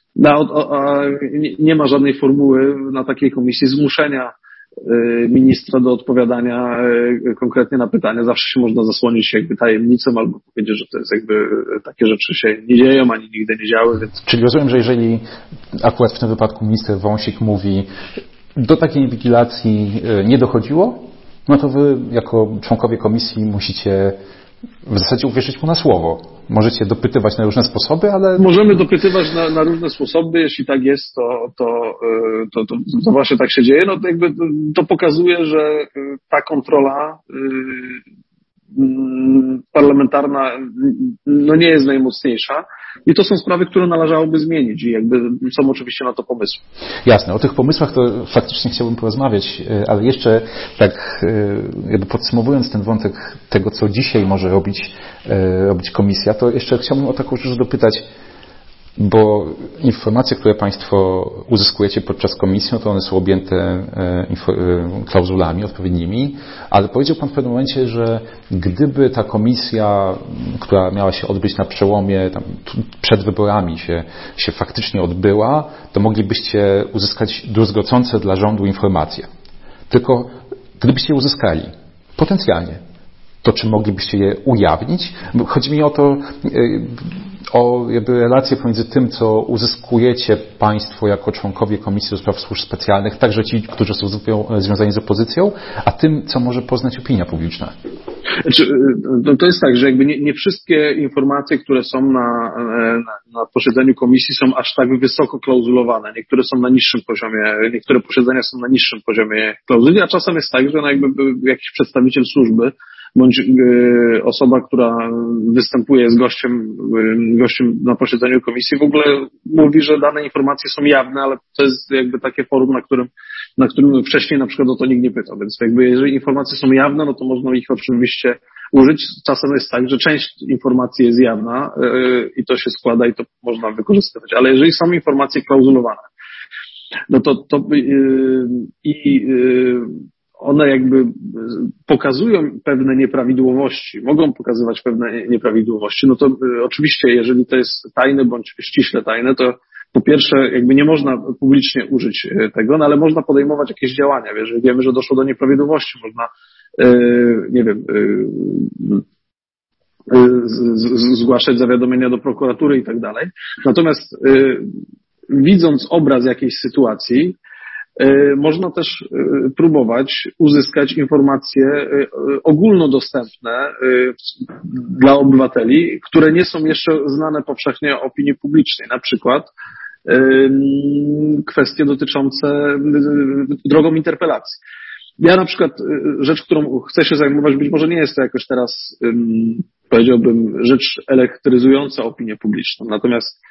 nie ma żadnej formuły na takiej komisji zmuszenia ministra do odpowiadania konkretnie na pytania. Zawsze się można zasłonić jakby tajemnicą albo powiedzieć, że to jest jakby takie rzeczy się nie dzieją, ani nigdy nie działy. Więc... Czyli rozumiem, że jeżeli akurat w tym wypadku minister Wąsik mówi, do takiej inwigilacji nie dochodziło, no to wy jako członkowie komisji musicie w zasadzie uwierzyć mu na słowo. Możecie dopytywać na różne sposoby, ale... Możemy dopytywać na różne sposoby. Jeśli tak jest, to właśnie tak się dzieje. No to jakby to pokazuje, że ta kontrola parlamentarna no nie jest najmocniejsza i to są sprawy, które należałoby zmienić i jakby są oczywiście na to pomysły. Jasne, o tych pomysłach to faktycznie chciałbym porozmawiać, ale jeszcze tak jakby podsumowując ten wątek tego, co dzisiaj może robić komisja, to jeszcze chciałbym o taką rzecz dopytać, bo informacje, które Państwo uzyskujecie podczas komisji, no to one są objęte klauzulami odpowiednimi, ale powiedział Pan w pewnym momencie, że gdyby ta komisja, która miała się odbyć na przełomie, tam, przed wyborami się faktycznie odbyła, to moglibyście uzyskać druzgocące dla rządu informacje. Tylko gdybyście je uzyskali, potencjalnie, to czy moglibyście je ujawnić? Chodzi mi o to, o jakby relację pomiędzy tym, co uzyskujecie Państwo jako członkowie Komisji do Spraw Służb Specjalnych, także ci, którzy są związani z opozycją, a tym, co może poznać opinia publiczna. To jest tak, że jakby nie wszystkie informacje, które są na posiedzeniu komisji są aż tak wysoko klauzulowane. Niektóre są na niższym poziomie, niektóre posiedzenia są na niższym poziomie klauzuli, a czasem jest tak, że jakby jakiś przedstawiciel służby bądź osoba, która występuje z gościem na posiedzeniu komisji w ogóle mówi, że dane informacje są jawne, ale to jest jakby takie forum, na którym wcześniej na przykład o to nikt nie pytał. Więc jakby jeżeli informacje są jawne, no to można ich oczywiście użyć. Czasem jest tak, że część informacji jest jawna i to się składa i to można wykorzystywać. Ale jeżeli są informacje klauzulowane, no to one jakby pokazują pewne nieprawidłowości, mogą pokazywać pewne nieprawidłowości, no to oczywiście, jeżeli to jest tajne bądź ściśle tajne, to po pierwsze jakby nie można publicznie użyć tego, no ale można podejmować jakieś działania. Jeżeli wiemy, że doszło do nieprawidłowości, można, nie wiem, zgłaszać zawiadomienia do prokuratury i tak dalej. Natomiast widząc obraz jakiejś sytuacji, można też próbować uzyskać informacje ogólnodostępne dla obywateli, które nie są jeszcze znane powszechnie opinii publicznej. Na przykład kwestie dotyczące drogą interpelacji. Ja na przykład rzecz, którą chcę się zajmować, być może nie jest to jakoś teraz, powiedziałbym, rzecz elektryzująca opinię publiczną. Natomiast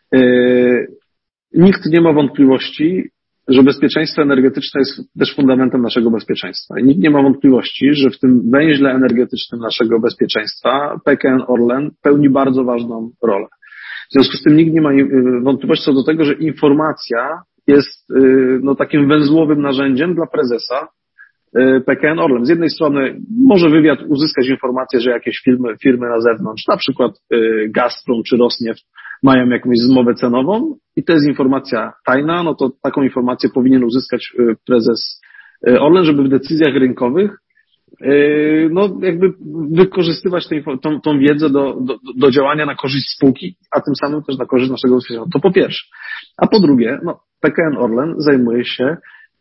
nikt nie ma wątpliwości, że bezpieczeństwo energetyczne jest też fundamentem naszego bezpieczeństwa. I nikt nie ma wątpliwości, że w tym węźle energetycznym naszego bezpieczeństwa PKN Orlen pełni bardzo ważną rolę. W związku z tym nikt nie ma wątpliwości co do tego, że informacja jest takim węzłowym narzędziem dla prezesa PKN Orlen. Z jednej strony może wywiad uzyskać informację, że jakieś firmy na zewnątrz, na przykład Gazprom czy Rosneft, mają jakąś zmowę cenową i to jest informacja tajna, no to taką informację powinien uzyskać prezes Orlen, żeby w decyzjach rynkowych jakby wykorzystywać tą wiedzę do działania na korzyść spółki, a tym samym też na korzyść naszego bezpieczeństwa. To po pierwsze. A po drugie, PKN Orlen zajmuje się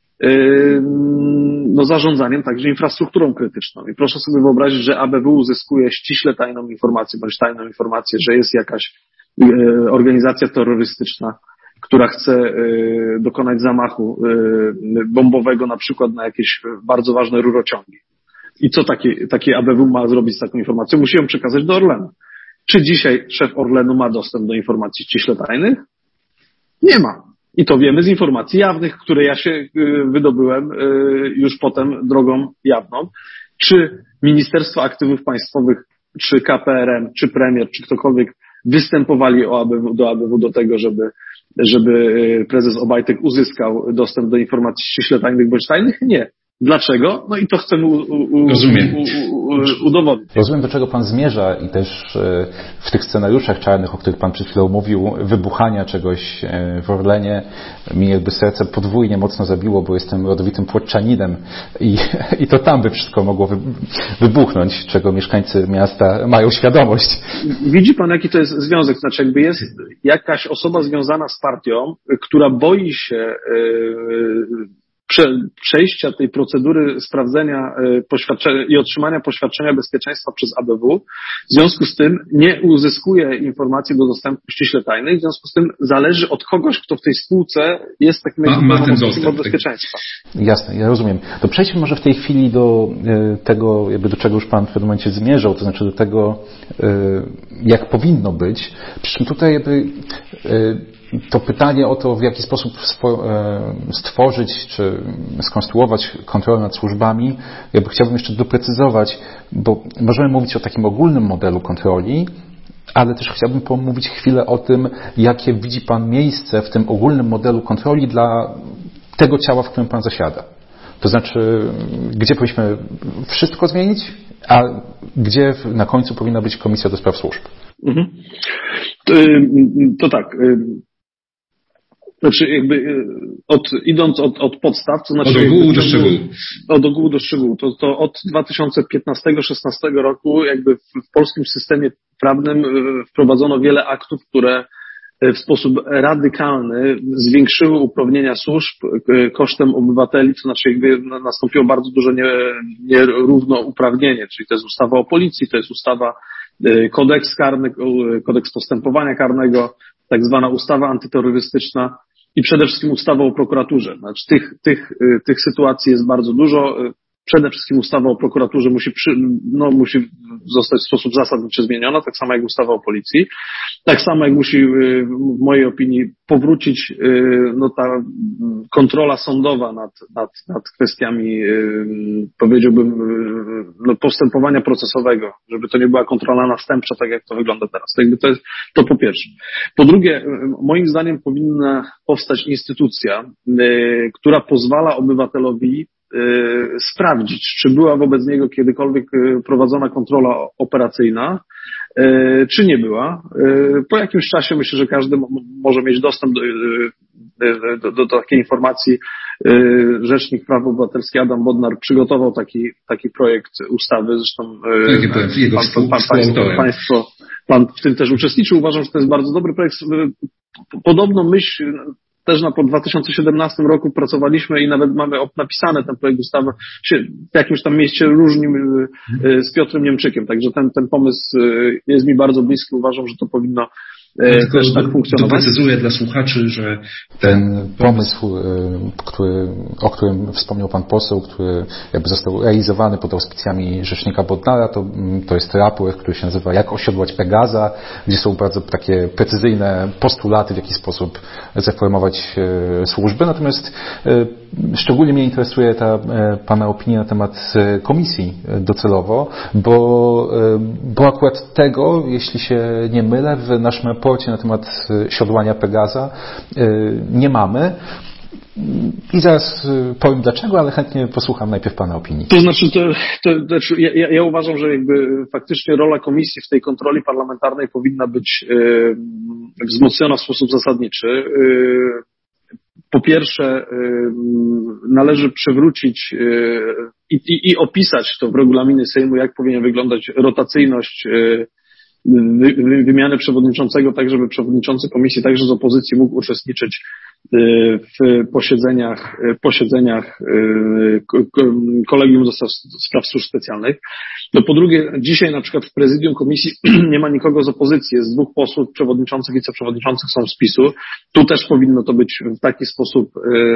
zarządzaniem także infrastrukturą krytyczną. I proszę sobie wyobrazić, że ABW uzyskuje ściśle tajną informację, bądź tajną informację, że jest jakaś organizacja terrorystyczna, która chce dokonać zamachu bombowego na przykład na jakieś bardzo ważne rurociągi. I co takie ABW ma zrobić z taką informacją? Musi ją przekazać do Orlenu. Czy dzisiaj szef Orlenu ma dostęp do informacji ściśle tajnych? Nie ma. I to wiemy z informacji jawnych, które ja się wydobyłem już potem drogą jawną. Czy Ministerstwo Aktywów Państwowych, czy KPRM, czy premier, czy ktokolwiek występowali do ABW do tego, żeby prezes Obajtek uzyskał dostęp do informacji ściśle tajnych bądź tajnych? Nie. Dlaczego? No i to chcemy udowodnić. Rozumiem, do czego Pan zmierza i też w tych scenariuszach czarnych, o których Pan przed chwilą mówił, wybuchania czegoś w Orlenie, mi jakby serce podwójnie mocno zabiło, bo jestem rodowitym płotczaninem i to tam by wszystko mogło wybuchnąć, czego mieszkańcy miasta mają świadomość. Widzi Pan, jaki to jest związek? Znaczy, jakby jest jakaś osoba związana z partią, która boi się przejścia tej procedury sprawdzenia i otrzymania poświadczenia bezpieczeństwa przez ABW, w związku z tym nie uzyskuje informacji do dostępu ściśle tajnych, w związku z tym zależy od kogoś, kto w tej spółce jest takim od bezpieczeństwa. Jasne, ja rozumiem. To przejdźmy może w tej chwili do tego, jakby do czego już Pan w pewnym momencie zmierzał, to znaczy do tego, jak powinno być. Przy czym tutaj jakby to pytanie o to, w jaki sposób stworzyć czy skonstruować kontrolę nad służbami, jakby chciałbym jeszcze doprecyzować, bo możemy mówić o takim ogólnym modelu kontroli, ale też chciałbym pomówić chwilę o tym, jakie widzi Pan miejsce w tym ogólnym modelu kontroli dla tego ciała, w którym Pan zasiada. To znaczy, gdzie powinniśmy wszystko zmienić, a gdzie na końcu powinna być Komisja do Spraw Służb. Mhm. To tak. Znaczy jakby idąc od podstaw, to znaczy... Od ogółu do szczegółu. Od ogółu do szczegółu. To od 2015-16 roku jakby w polskim systemie prawnym wprowadzono wiele aktów, które w sposób radykalny zwiększyły uprawnienia służb kosztem obywateli, to znaczy jakby nastąpiło bardzo duże nierównouprawnienie, czyli to jest ustawa o policji, to jest ustawa kodeks karny, kodeks postępowania karnego, tak zwana ustawa antyterrorystyczna i przede wszystkim ustawa o prokuraturze. Znaczy tych sytuacji jest bardzo dużo. Przede wszystkim ustawa o prokuraturze musi zostać w sposób zasadniczy zmieniona, tak samo jak ustawa o policji. Tak samo jak musi, w mojej opinii, powrócić ta kontrola sądowa nad kwestiami, powiedziałbym, postępowania procesowego, żeby to nie była kontrola następcza, tak jak to wygląda teraz. To po pierwsze. Po drugie, moim zdaniem powinna powstać instytucja, która pozwala obywatelowi sprawdzić, czy była wobec niego kiedykolwiek prowadzona kontrola operacyjna, czy nie była. Po jakimś czasie myślę, że każdy może mieć dostęp do takiej informacji. Rzecznik Praw Obywatelskich Adam Bodnar przygotował taki projekt ustawy, zresztą pan w tym też uczestniczył. Uważam, że to jest bardzo dobry projekt. Podobno myśl też po 2017 roku pracowaliśmy i nawet mamy napisane ten projekt ustawy, się w jakimś tam mieście różni z Piotrem Niemczykiem, także ten pomysł jest mi bardzo bliski. Uważam, że to powinno też tak funkcjonować. Doprecyzuję dla słuchaczy, że ten pomysł, o którym wspomniał pan poseł, który jakby został realizowany pod auspicjami rzecznika Bodnara, to jest raport, który się nazywa Jak osiodłać Pegaza, gdzie są bardzo takie precyzyjne postulaty, w jaki sposób zreformować służby. Natomiast szczególnie mnie interesuje ta pana opinia na temat komisji docelowo, bo akurat tego, jeśli się nie mylę, w naszym raporcie na temat siodłania Pegaza nie mamy. I zaraz powiem dlaczego, ale chętnie posłucham najpierw pana opinii. To znaczy, ja uważam, że jakby faktycznie rola komisji w tej kontroli parlamentarnej powinna być wzmocniona w sposób zasadniczy. Po pierwsze, należy przywrócić i opisać to w regulaminie Sejmu, jak powinna wyglądać rotacyjność wymiany przewodniczącego, tak żeby przewodniczący komisji także z opozycji mógł uczestniczyć w posiedzeniach Kolegium do Spraw Służb Specjalnych. No po drugie, dzisiaj na przykład w prezydium komisji nie ma nikogo z opozycji, jest 2 posłów przewodniczących, wiceprzewodniczących są z PiS-u. Tu też powinno to być w taki sposób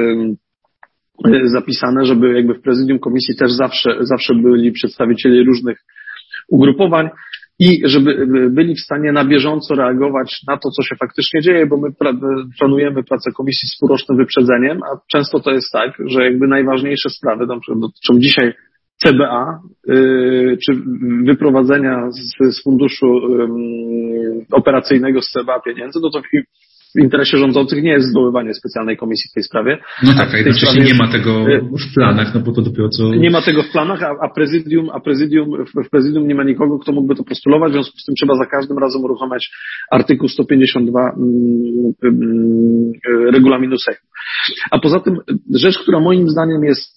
zapisane, żeby jakby w prezydium komisji też zawsze byli przedstawiciele różnych ugrupowań i żeby byli w stanie na bieżąco reagować na to, co się faktycznie dzieje, bo my planujemy pracę komisji z półrocznym wyprzedzeniem, a często to jest tak, że jakby najważniejsze sprawy, na przykład dotyczą dzisiaj CBA, czy wyprowadzenia z funduszu operacyjnego z CBA pieniędzy, no to w interesie rządzących nie jest zwoływanie specjalnej komisji w tej sprawie. No tak, a jednocześnie nie ma tego w planach, no bo to dopiero co... Nie ma tego w planach, w prezydium nie ma nikogo, kto mógłby to postulować, w związku z tym trzeba za każdym razem uruchamiać artykuł 152 regulaminu Sejmu. A poza tym rzecz, która moim zdaniem jest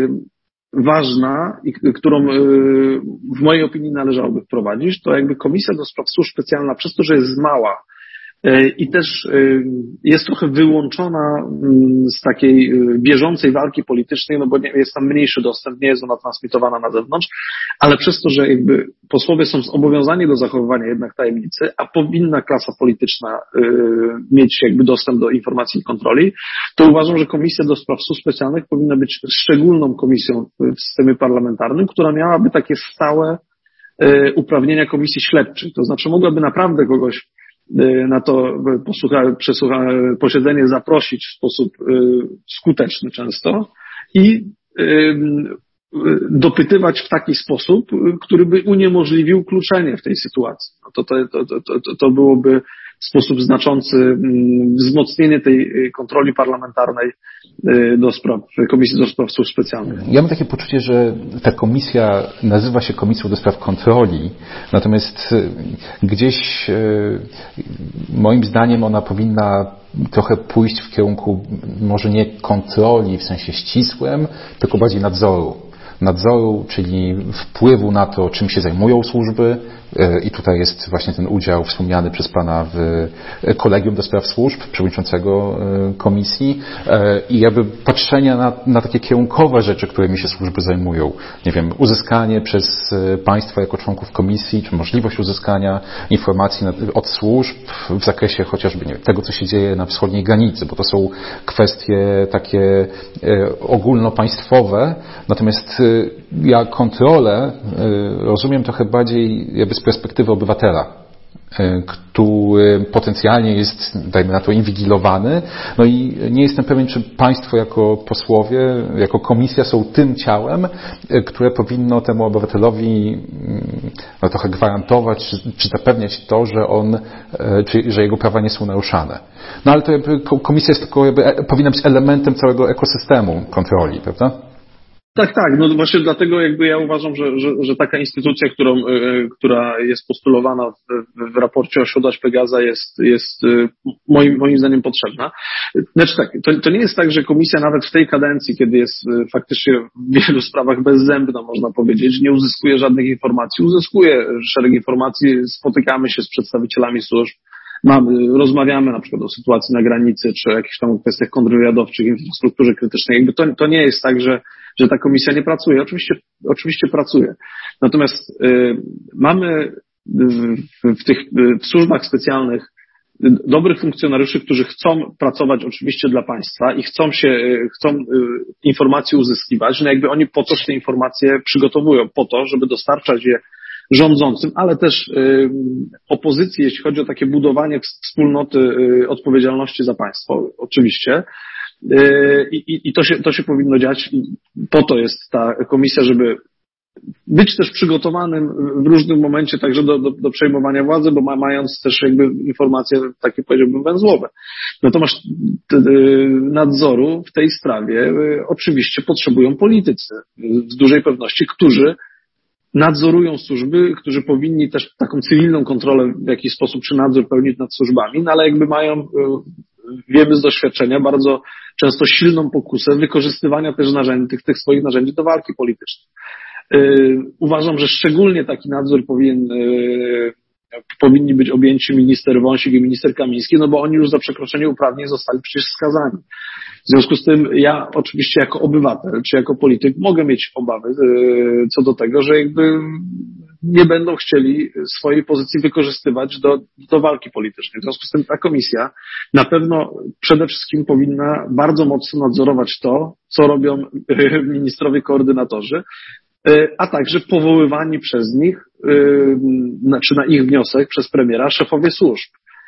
ważna i którą w mojej opinii należałoby wprowadzić, to jakby Komisja do Spraw Służb Specjalnych, przez to, że jest mała i też jest trochę wyłączona z takiej bieżącej walki politycznej, no bo jest tam mniejszy dostęp, nie jest ona transmitowana na zewnątrz, ale przez to, że jakby posłowie są zobowiązani do zachowywania jednak tajemnicy, a powinna klasa polityczna mieć jakby dostęp do informacji i kontroli, to uważam, że Komisja do Spraw Służb Specjalnych powinna być szczególną komisją w systemie parlamentarnym, która miałaby takie stałe uprawnienia komisji śledczej, to znaczy mogłaby naprawdę kogoś na to posiedzenie zaprosić w sposób skuteczny często i dopytywać w taki sposób, który by uniemożliwił kluczenie w tej sytuacji. No to byłoby w sposób znaczący wzmocnienie tej kontroli parlamentarnej Komisji do Spraw Służb Specjalnych. Ja mam takie poczucie, że ta komisja nazywa się Komisją do Spraw Kontroli, natomiast gdzieś moim zdaniem ona powinna trochę pójść w kierunku może nie kontroli w sensie ścisłym, tylko bardziej nadzoru, czyli wpływu na to, czym się zajmują służby i tutaj jest właśnie ten udział wspomniany przez Pana w Kolegium do Spraw Służb, przewodniczącego komisji i jakby patrzenia na takie kierunkowe rzeczy, którymi się służby zajmują. Nie wiem, uzyskanie przez Państwa jako członków komisji, czy możliwość uzyskania informacji od służb w zakresie chociażby tego, co się dzieje na wschodniej granicy, bo to są kwestie takie ogólnopaństwowe, natomiast ja kontrolę rozumiem trochę bardziej jakby z perspektywy obywatela, który potencjalnie jest, dajmy na to, inwigilowany. No i nie jestem pewien, czy Państwo jako posłowie, jako komisja są tym ciałem, które powinno temu obywatelowi trochę gwarantować, czy zapewniać to, że jego prawa nie są naruszane. No ale to jakby komisja jest tylko powinna być elementem całego ekosystemu kontroli, prawda? Tak, no właśnie dlatego jakby ja uważam, że taka instytucja, która jest postulowana w raporcie Osiodłać Pegaza jest moim zdaniem potrzebna. Znaczy tak, to nie jest tak, że komisja nawet w tej kadencji, kiedy jest faktycznie w wielu sprawach bezzębna, można powiedzieć, nie uzyskuje żadnych informacji. Uzyskuje szereg informacji, spotykamy się z przedstawicielami służb, rozmawiamy na przykład o sytuacji na granicy, czy o jakichś tam kwestiach kontrwywiadowczych, infrastrukturze krytycznej. Jakby to nie jest tak, że ta komisja nie pracuje. Oczywiście pracuje. Natomiast mamy w służbach specjalnych dobrych funkcjonariuszy, którzy chcą pracować oczywiście dla państwa i chcą informacje uzyskiwać, no jakby oni po to te informacje przygotowują, po to, żeby dostarczać je rządzącym, ale też opozycji, jeśli chodzi o takie budowanie wspólnoty odpowiedzialności za państwo, oczywiście. I to się powinno dziać. Po to jest ta komisja, żeby być też przygotowanym w różnym momencie także do przejmowania władzy, bo mając też jakby informacje takie, powiedziałbym, węzłowe. Natomiast nadzoru w tej sprawie oczywiście potrzebują politycy z dużej pewności, którzy nadzorują służby, którzy powinni też taką cywilną kontrolę w jakiś sposób czy nadzór pełnić nad służbami, no ale jakby mają, wiemy z doświadczenia, bardzo często silną pokusę wykorzystywania też narzędzi, tych swoich narzędzi do walki politycznej. Uważam, że szczególnie taki nadzór powinni być objęci minister Wąsik i minister Kamiński, no bo oni już za przekroczenie uprawnień zostali przecież skazani. W związku z tym ja oczywiście jako obywatel czy jako polityk mogę mieć obawy co do tego, że jakby nie będą chcieli swojej pozycji wykorzystywać do walki politycznej. W związku z tym ta komisja na pewno przede wszystkim powinna bardzo mocno nadzorować to, co robią ministrowie koordynatorzy, a także powoływani przez nich, czy na ich wniosek przez premiera, szefowie służb.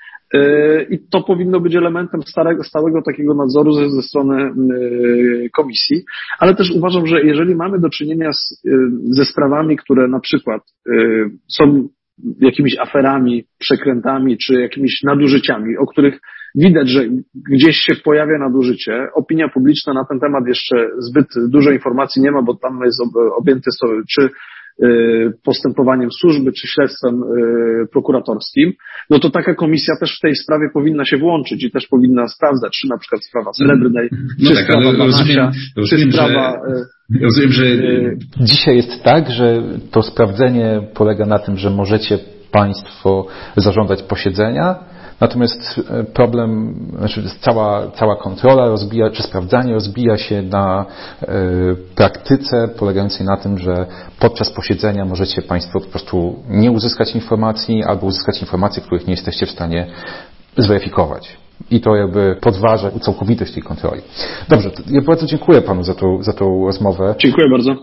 I to powinno być elementem stałego takiego nadzoru ze strony komisji, ale też uważam, że jeżeli mamy do czynienia ze sprawami, które na przykład są jakimiś aferami, przekrętami, czy jakimiś nadużyciami, o których widać, że gdzieś się pojawia nadużycie, opinia publiczna na ten temat jeszcze zbyt dużo informacji nie ma, bo tam jest objęte czy postępowaniem służby, czy śledztwem prokuratorskim, no to taka komisja też w tej sprawie powinna się włączyć i też powinna sprawdzać, czy na przykład sprawa Srebrnej, no czy tak, sprawa Banasia, czy sprawa... Rozumiem, że... Dzisiaj jest tak, że to sprawdzenie polega na tym, że możecie Państwo zażądać posiedzenia, natomiast problem, znaczy cała kontrola czy sprawdzanie rozbija się na praktyce polegającej na tym, że podczas posiedzenia możecie Państwo po prostu nie uzyskać informacji albo uzyskać informacje, których nie jesteście w stanie zweryfikować. I to jakby podważa całkowitość tej kontroli. Dobrze, ja bardzo dziękuję Panu za tą rozmowę. Dziękuję bardzo.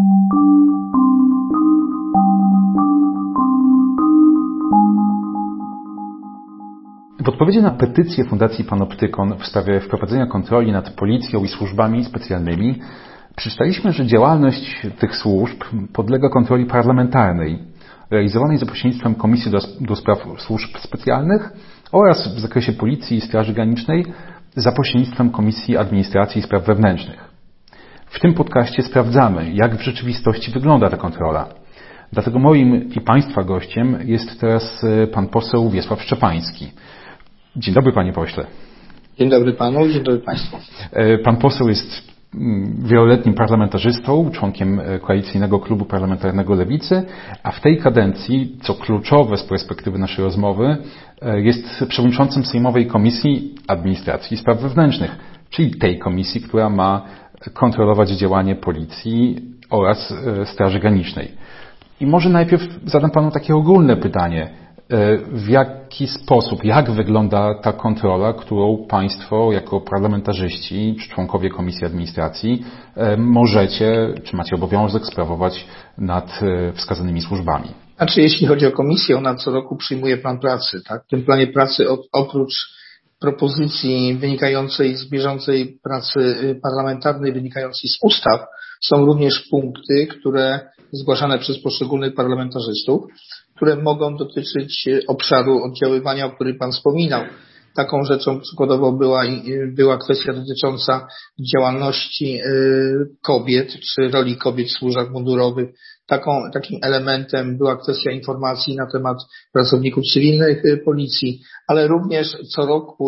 W odpowiedzi na petycję Fundacji Panoptykon w sprawie wprowadzenia kontroli nad policją i służbami specjalnymi przeczytaliśmy, że działalność tych służb podlega kontroli parlamentarnej, realizowanej za pośrednictwem Komisji do Spraw Służb Specjalnych oraz w zakresie Policji i Straży Granicznej za pośrednictwem Komisji Administracji i Spraw Wewnętrznych. W tym podcaście sprawdzamy, jak w rzeczywistości wygląda ta kontrola. Dlatego moim i Państwa gościem jest teraz pan poseł Wiesław Szczepański. Dzień dobry, panie pośle. Dzień dobry panu, dzień dobry państwu. Pan poseł jest wieloletnim parlamentarzystą, członkiem Koalicyjnego Klubu Parlamentarnego Lewicy, a w tej kadencji, co kluczowe z perspektywy naszej rozmowy, jest przewodniczącym Sejmowej Komisji Administracji i Spraw Wewnętrznych, czyli tej komisji, która ma kontrolować działanie Policji oraz Straży Granicznej. I może najpierw zadam panu takie ogólne pytanie. W jaki sposób, jak wygląda ta kontrola, którą Państwo jako parlamentarzyści czy członkowie Komisji Administracji możecie, czy macie obowiązek sprawować nad wskazanymi służbami? Znaczy, jeśli chodzi o komisję, ona co roku przyjmuje plan pracy, tak? W tym planie pracy oprócz propozycji wynikającej z bieżącej pracy parlamentarnej, wynikającej z ustaw, są również punkty, które zgłaszane przez poszczególnych parlamentarzystów, które mogą dotyczyć obszaru oddziaływania, o którym Pan wspominał. Taką rzeczą przykładowo była kwestia dotycząca działalności kobiet, czy roli kobiet w służbach mundurowych. Takim elementem była kwestia informacji na temat pracowników cywilnych policji, ale również co roku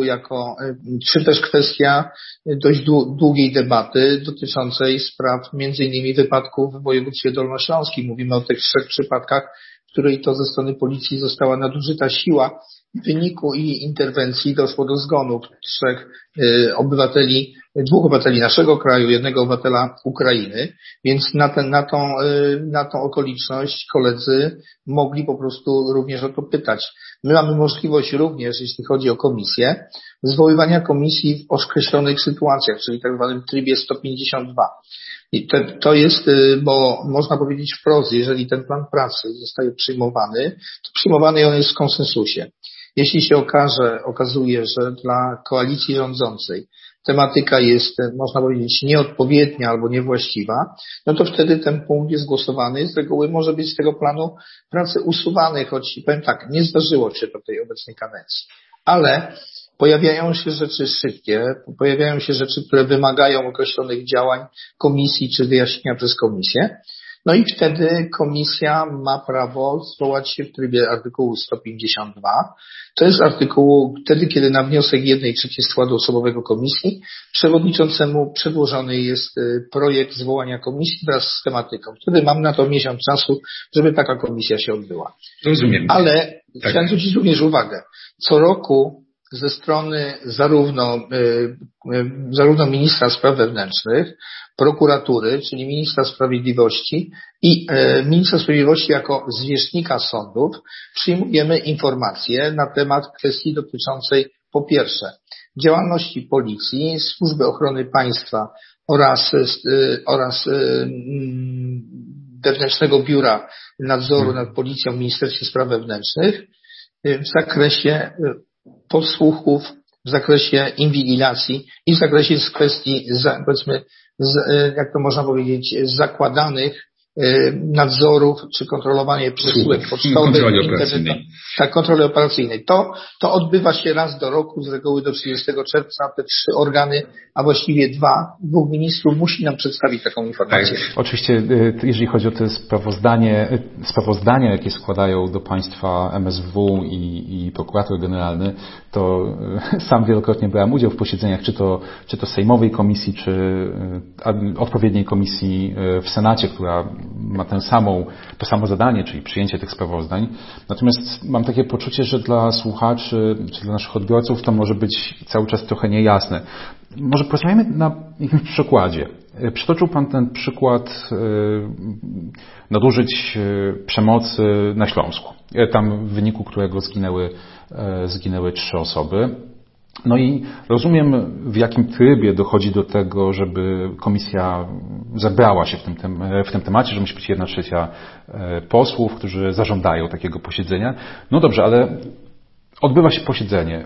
czy też kwestia dość długiej debaty dotyczącej spraw między innymi wypadków w województwie dolnośląskim. Mówimy o tych 3 przypadkach, której to ze strony policji została nadużyta siła. W wyniku jej interwencji doszło do zgonów 2 obywateli naszego kraju, 1 obywatela Ukrainy, więc na tą okoliczność koledzy mogli po prostu również o to pytać. My mamy możliwość również, jeśli chodzi o komisję, zwoływania komisji w określonych sytuacjach, czyli tak zwanym trybie 152. I to jest, bo można powiedzieć wprost, jeżeli ten plan pracy zostaje przyjmowany, to przyjmowany on jest w konsensusie. Jeśli się okazuje, że dla koalicji rządzącej tematyka jest, można powiedzieć, nieodpowiednia albo niewłaściwa, no to wtedy ten punkt jest głosowany. Z reguły może być z tego planu pracy usuwany, choć powiem tak, nie zdarzyło się to w tej obecnej kadencji. Ale pojawiają się rzeczy szybkie, pojawiają się rzeczy, które wymagają określonych działań komisji czy wyjaśnienia przez komisję. No i wtedy komisja ma prawo zwołać się w trybie artykułu 152. To jest artykuł wtedy, kiedy na wniosek 1/3 składu osobowego komisji przewodniczącemu przedłożony jest projekt zwołania komisji wraz z tematyką. Wtedy mam na to miesiąc czasu, żeby taka komisja się odbyła. Rozumiem. Ale tak. Chciałem zwrócić również uwagę. Co roku ze strony zarówno ministra spraw wewnętrznych, prokuratury, czyli ministra sprawiedliwości i ministra sprawiedliwości jako zwierzchnika sądów przyjmujemy informacje na temat kwestii dotyczącej po pierwsze działalności policji, służby ochrony państwa oraz wewnętrznego biura nadzoru nad policją w Ministerstwie Spraw Wewnętrznych w zakresie podsłuchów, w zakresie inwigilacji i w zakresie kwestii, powiedzmy, jak to można powiedzieć, zakładanych nadzorów czy kontrolowania przesyłek pocztowych, kontroli operacyjnej. To odbywa się raz do roku, z reguły do 30 czerwca. Te 3 organy, a właściwie 2 ministrów musi nam przedstawić taką informację. Tak. Oczywiście, jeżeli chodzi o te sprawozdania, jakie składają do państwa MSW i prokurator generalny, to sam wielokrotnie brałem udział w posiedzeniach, czy to sejmowej komisji, czy odpowiedniej komisji w Senacie, która ma to samo zadanie, czyli przyjęcie tych sprawozdań. Natomiast mam takie poczucie, że dla słuchaczy, czy dla naszych odbiorców to może być cały czas trochę niejasne. Może porozmawiamy na jakimś przykładzie. Przytoczył Pan ten przykład nadużyć przemocy na Śląsku, tam w wyniku którego zginęły 3 osoby. No i rozumiem, w jakim trybie dochodzi do tego, żeby komisja zebrała się w tym temacie, że musi być 1/3 posłów, którzy zażądają takiego posiedzenia. No dobrze, ale odbywa się posiedzenie.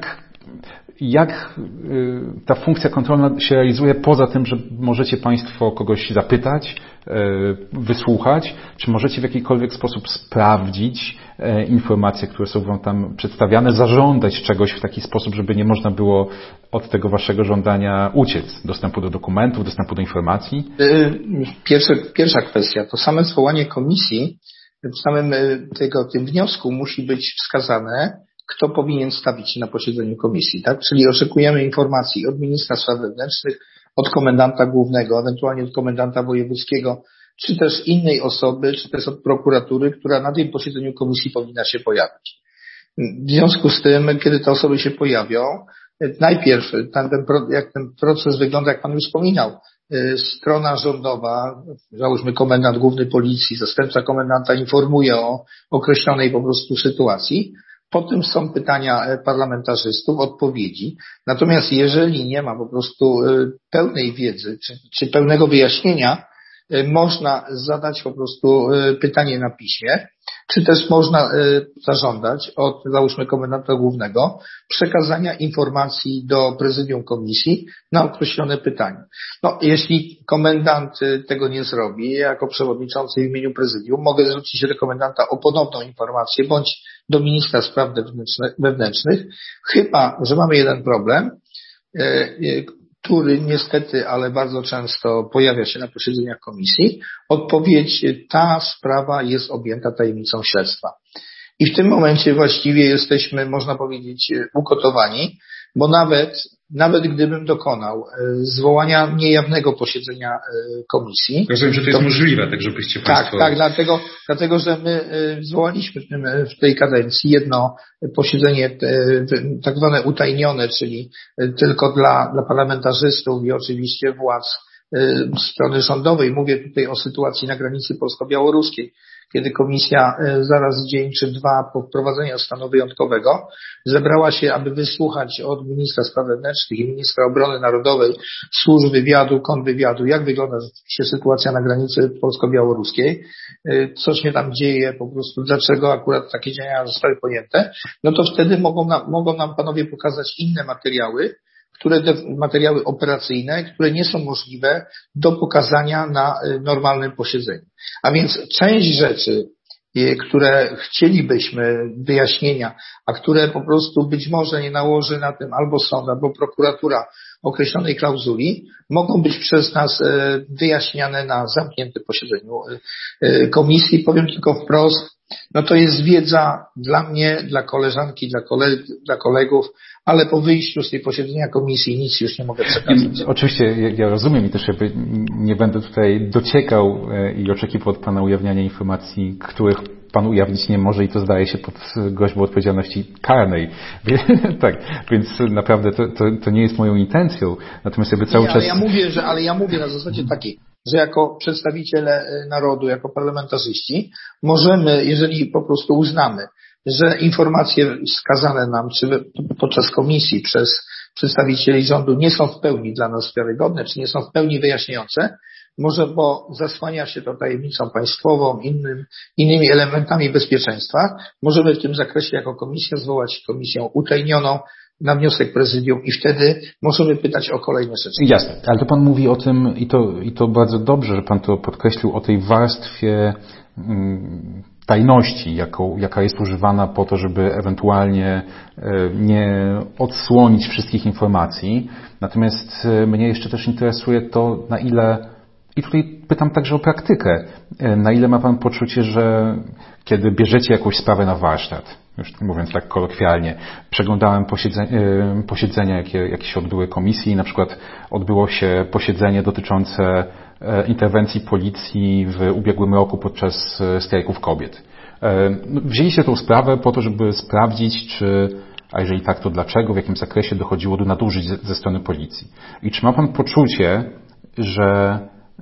Jak ta funkcja kontrolna się realizuje poza tym, że możecie Państwo kogoś zapytać, wysłuchać, czy możecie w jakikolwiek sposób sprawdzić informacje, które są Wam tam przedstawiane, zażądać czegoś w taki sposób, żeby nie można było od tego Waszego żądania uciec, dostępu do dokumentów, dostępu do informacji? Pierwsza kwestia, to same zwołanie komisji, w tym wniosku musi być wskazane, kto powinien stawić się na posiedzeniu komisji, tak? Czyli oczekujemy informacji od ministra spraw wewnętrznych, od komendanta głównego, ewentualnie od komendanta wojewódzkiego, czy też innej osoby, czy też od prokuratury, która na tym posiedzeniu komisji powinna się pojawić. W związku z tym, kiedy te osoby się pojawią, najpierw jak ten proces wygląda, jak Pan już wspominał, strona rządowa, załóżmy komendant główny policji, zastępca komendanta informuje o określonej po prostu sytuacji. Potem są pytania parlamentarzystów, odpowiedzi. Natomiast jeżeli nie ma po prostu pełnej wiedzy czy pełnego wyjaśnienia, można zadać po prostu pytanie na piśmie, czy też można zażądać od, załóżmy, komendanta głównego przekazania informacji do prezydium komisji na określone pytania. No, jeśli komendant tego nie zrobi, jako przewodniczący w imieniu prezydium mogę zwrócić się do komendanta o ponowną informację bądź do ministra spraw wewnętrznych, chyba że mamy jeden problem, który niestety, ale bardzo często pojawia się na posiedzeniach komisji. Odpowiedź, ta sprawa jest objęta tajemnicą śledztwa. I w tym momencie właściwie jesteśmy, można powiedzieć, ukotowani, bo nawet gdybym dokonał zwołania niejawnego posiedzenia komisji. Rozumiem, że to jest możliwe, tak żebyście Państwo... Tak, dlatego, że my zwołaliśmy w tej kadencji jedno posiedzenie tak zwane utajnione, czyli tylko dla parlamentarzystów i oczywiście władz strony rządowej. Mówię tutaj o sytuacji na granicy polsko-białoruskiej, kiedy komisja zaraz dzień czy dwa po wprowadzeniu stanu wyjątkowego zebrała się, aby wysłuchać od ministra spraw wewnętrznych i ministra obrony narodowej, służb wywiadu, kontrwywiadu, jak wygląda rzeczywiście sytuacja na granicy polsko-białoruskiej, co się tam dzieje, po prostu dlaczego akurat takie działania zostały podjęte, no to wtedy mogą nam panowie pokazać inne materiały operacyjne, które nie są możliwe do pokazania na normalnym posiedzeniu. A więc część rzeczy, które chcielibyśmy wyjaśnienia, a które po prostu być może nie nałoży na tym albo sąd, albo prokuratura określonej klauzuli, mogą być przez nas wyjaśniane na zamkniętym posiedzeniu komisji. Powiem tylko wprost, no to jest wiedza dla mnie, dla koleżanki, dla kolegów, ale po wyjściu z tej posiedzenia komisji nic już nie mogę przekazać. Oczywiście ja rozumiem i też jakby nie będę tutaj dociekał i oczekiwał od Pana ujawniania informacji, których Pan ujawnić nie może i to zdaje się pod groźbą odpowiedzialności karnej. Tak, więc naprawdę to nie jest moją intencją. Natomiast jakby cały czas... Ale ja mówię na zasadzie takiej, że jako przedstawiciele narodu, jako parlamentarzyści możemy, jeżeli po prostu uznamy, że informacje wskazane nam, czy podczas komisji przez przedstawicieli rządu nie są w pełni dla nas wiarygodne, czy nie są w pełni wyjaśniające, może bo zasłania się to tajemnicą państwową, innymi elementami bezpieczeństwa, możemy w tym zakresie jako komisja zwołać komisję utajnioną na wniosek prezydium i wtedy możemy pytać o kolejne rzeczy. Jasne, ale to Pan mówi o tym i to bardzo dobrze, że Pan to podkreślił, o tej warstwie tajności, jaka jest używana po to, żeby ewentualnie nie odsłonić wszystkich informacji. Natomiast mnie jeszcze też interesuje to, na ile, i tutaj pytam także o praktykę, na ile ma Pan poczucie, że kiedy bierzecie jakąś sprawę na warsztat, już mówiąc tak kolokwialnie, przeglądałem posiedzenia, jakie się odbyły komisji, na przykład odbyło się posiedzenie dotyczące interwencji policji w ubiegłym roku podczas strajków kobiet. Wzięliście tą sprawę po to, żeby sprawdzić, a jeżeli tak, to dlaczego, w jakim zakresie dochodziło do nadużyć ze strony policji. I czy ma Pan poczucie, że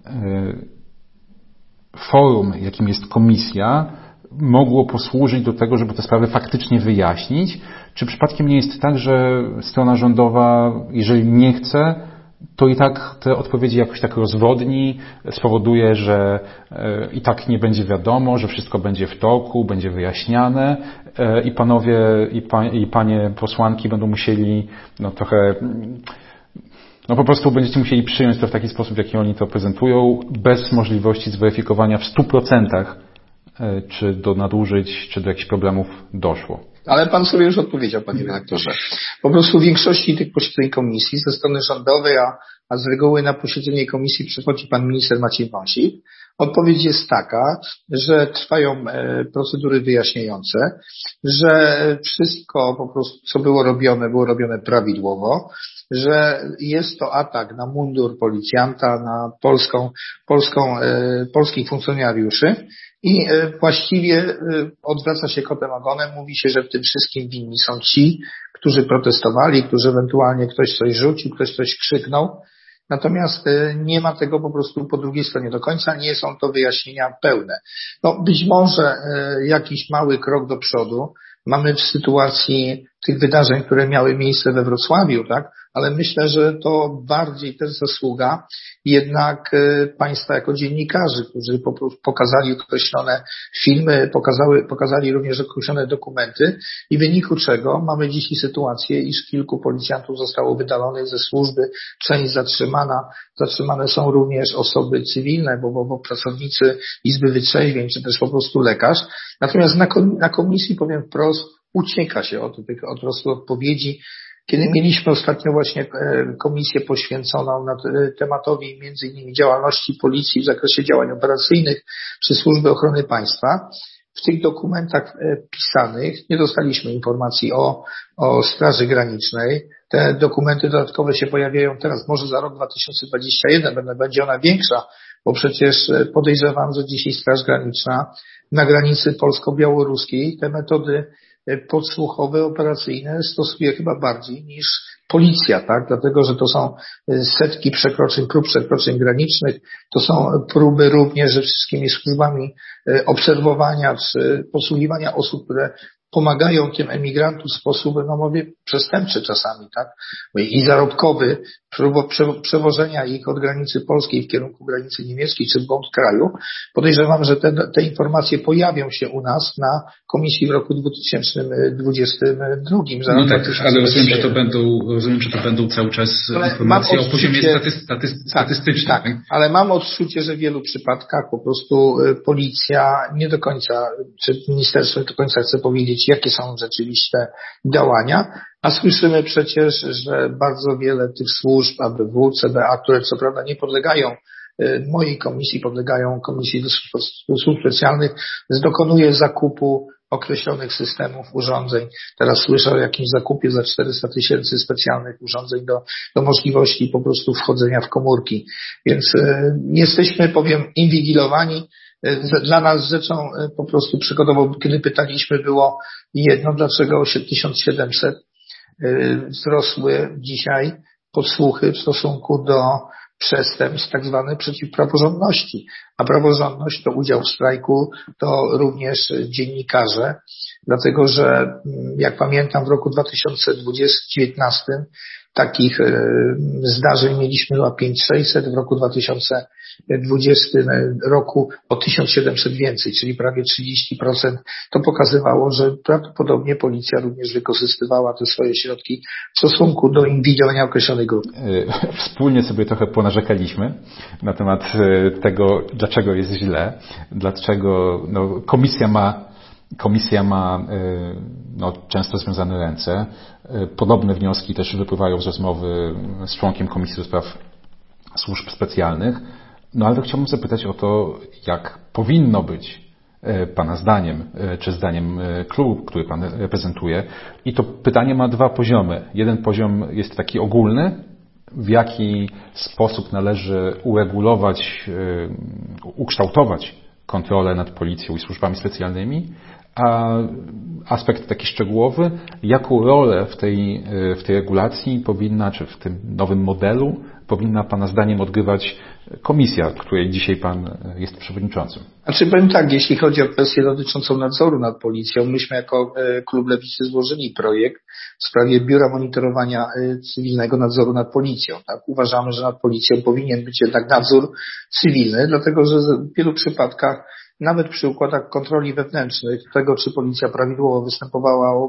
forum, jakim jest komisja, mogło posłużyć do tego, żeby te sprawy faktycznie wyjaśnić? Czy przypadkiem nie jest tak, że strona rządowa, jeżeli nie chce, to i tak te odpowiedzi jakoś tak rozwodni, spowoduje, że i tak nie będzie wiadomo, że wszystko będzie w toku, będzie wyjaśniane i panowie i panie posłanki będą musieli po prostu będziecie musieli przyjąć to w taki sposób, w jaki oni to prezentują, bez możliwości zweryfikowania w 100%, czy do nadużyć, czy do jakichś problemów doszło. Ale Pan sobie już odpowiedział, Panie redaktorze. Po prostu w większości tych posiedzeń komisji ze strony rządowej, a z reguły na posiedzenie komisji przychodzi Pan Minister Maciej Wąsik, odpowiedź jest taka, że trwają procedury wyjaśniające, że wszystko po prostu, co było robione prawidłowo, że jest to atak na mundur policjanta, na polskich funkcjonariuszy i właściwie odwraca się kotem ogonem, mówi się, że w tym wszystkim winni są ci, którzy protestowali, którzy ewentualnie ktoś coś rzucił, ktoś coś krzyknął. Natomiast nie ma tego po prostu po drugiej stronie do końca, nie są to wyjaśnienia pełne. No być może jakiś mały krok do przodu mamy w sytuacji tych wydarzeń, które miały miejsce we Wrocławiu, tak? Ale myślę, że to bardziej też zasługa jednak Państwa jako dziennikarzy, którzy po prostu pokazali określone filmy, pokazali również określone dokumenty i w wyniku czego mamy dzisiaj sytuację, iż kilku policjantów zostało wydalonych ze służby, część zatrzymana. Zatrzymane są również osoby cywilne, bo pracownicy Izby Wytrzeźwień, czy też po prostu lekarz. Natomiast na komisji, powiem wprost, ucieka się od prostu odpowiedzi. Kiedy mieliśmy ostatnio właśnie komisję poświęconą tematowi między innymi działalności policji w zakresie działań operacyjnych czy Służby Ochrony Państwa, w tych dokumentach pisanych nie dostaliśmy informacji o Straży Granicznej. te dokumenty dodatkowe się pojawiają teraz, może za rok 2021 będzie ona większa, bo przecież podejrzewam, że dzisiaj Straż Graniczna na granicy polsko-białoruskiej te metody podsłuchowe, operacyjne stosuje chyba bardziej niż policja, tak? Dlatego, że to są setki prób przekroczeń granicznych, to są próby również ze wszystkimi służbami obserwowania czy podsłuchiwania osób, które pomagają tym emigrantom w sposób, no mówię, przestępczy czasami, tak? I zarobkowy, przewożenia ich od granicy polskiej w kierunku granicy niemieckiej czy w głąb kraju. Podejrzewam, że te informacje pojawią się u nas na komisji w roku 2022. No tak, ale rozumiem, że to będą cały czas informacje o poziomie statystycznym. Tak, ale mam odczucie, że w wielu przypadkach po prostu policja nie do końca, czy ministerstwo nie do końca chce powiedzieć, jakie są rzeczywiste działania, a słyszymy przecież, że bardzo wiele tych służb, ABW, CBA, które co prawda nie podlegają mojej komisji, podlegają Komisji do Służb Specjalnych, dokonuje zakupu określonych systemów, urządzeń. Teraz słyszę o jakimś zakupie za 400 000 specjalnych urządzeń do możliwości po prostu wchodzenia w komórki. Więc jesteśmy, powiem, inwigilowani. Dla nas rzeczą po prostu przykładowo, kiedy pytaliśmy, było jedno, dlaczego 1700 wzrosły dzisiaj podsłuchy w stosunku do przestępstw tak zwanych przeciw praworządności. A praworządność to udział w strajku, to również dziennikarze, dlatego że jak pamiętam w roku 2019 takich zdarzeń mieliśmy chyba 5600, w roku 2020 roku o 1700 więcej, czyli prawie 30%. To pokazywało, że prawdopodobnie policja również wykorzystywała te swoje środki w stosunku do inwigilowania określonej grupy. Wspólnie sobie trochę ponarzekaliśmy na temat tego, dlaczego jest źle, dlaczego komisja ma często związane ręce. Podobne wnioski też wypływają z rozmowy z członkiem Komisji do Spraw Służb Specjalnych. No ale to chciałbym zapytać o to, jak powinno być Pana zdaniem, czy zdaniem klubu, który Pan reprezentuje. I to pytanie ma dwa poziomy. Jeden poziom jest taki ogólny, w jaki sposób należy uregulować, ukształtować kontrolę nad policją i służbami specjalnymi, a aspekt taki szczegółowy, jaką rolę w tej regulacji powinna, czy w tym nowym modelu powinna Pana zdaniem odgrywać komisja, której dzisiaj Pan jest przewodniczącym? Znaczy powiem tak, jeśli chodzi o kwestię dotyczącą nadzoru nad policją, myśmy jako Klub Lewicy złożyli projekt w sprawie Biura Monitorowania Cywilnego Nadzoru nad Policją. Tak? Uważamy, że nad policją powinien być jednak nadzór cywilny, dlatego że w wielu przypadkach nawet przy układach kontroli wewnętrznych, tego czy policja prawidłowo występowała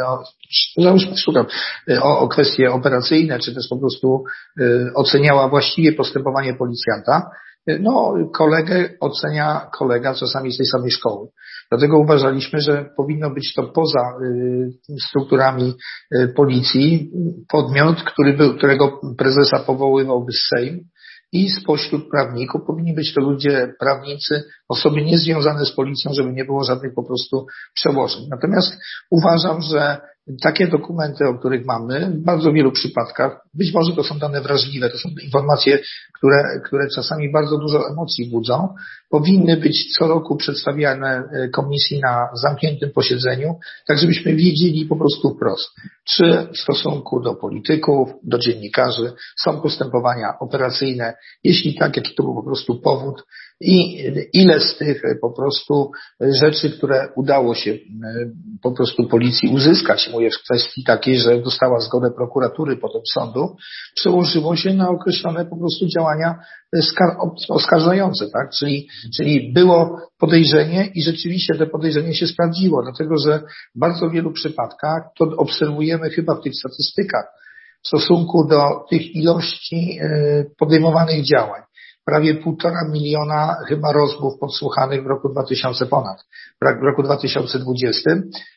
o kwestie operacyjne, czy też po prostu oceniała właściwie postępowanie policjanta, kolegę ocenia kolega czasami z tej samej szkoły. Dlatego uważaliśmy, że powinno być to poza strukturami policji podmiot, którego prezesa powoływałby Sejm, i spośród prawników powinni być to ludzie, prawnicy, osoby niezwiązane z policją, żeby nie było żadnych po prostu przełożeń. Natomiast uważam, że takie dokumenty, o których mamy, w bardzo wielu przypadkach, być może to są dane wrażliwe, to są informacje, które czasami bardzo dużo emocji budzą, powinny być co roku przedstawiane komisji na zamkniętym posiedzeniu, tak żebyśmy wiedzieli po prostu wprost, czy w stosunku do polityków, do dziennikarzy są postępowania operacyjne, jeśli tak, jaki to był po prostu powód i ile z tych po prostu rzeczy, które udało się po prostu policji uzyskać, mówię w kwestii takiej, że dostała zgodę prokuratury, potem sądu, przełożyło się na określone po prostu działania oskarżające, tak? Czyli było podejrzenie i rzeczywiście to podejrzenie się sprawdziło, dlatego że w bardzo wielu przypadkach to obserwujemy chyba w tych statystykach w stosunku do tych ilości podejmowanych działań. Prawie 1,5 miliona chyba rozmów podsłuchanych w roku 2020. W roku 2020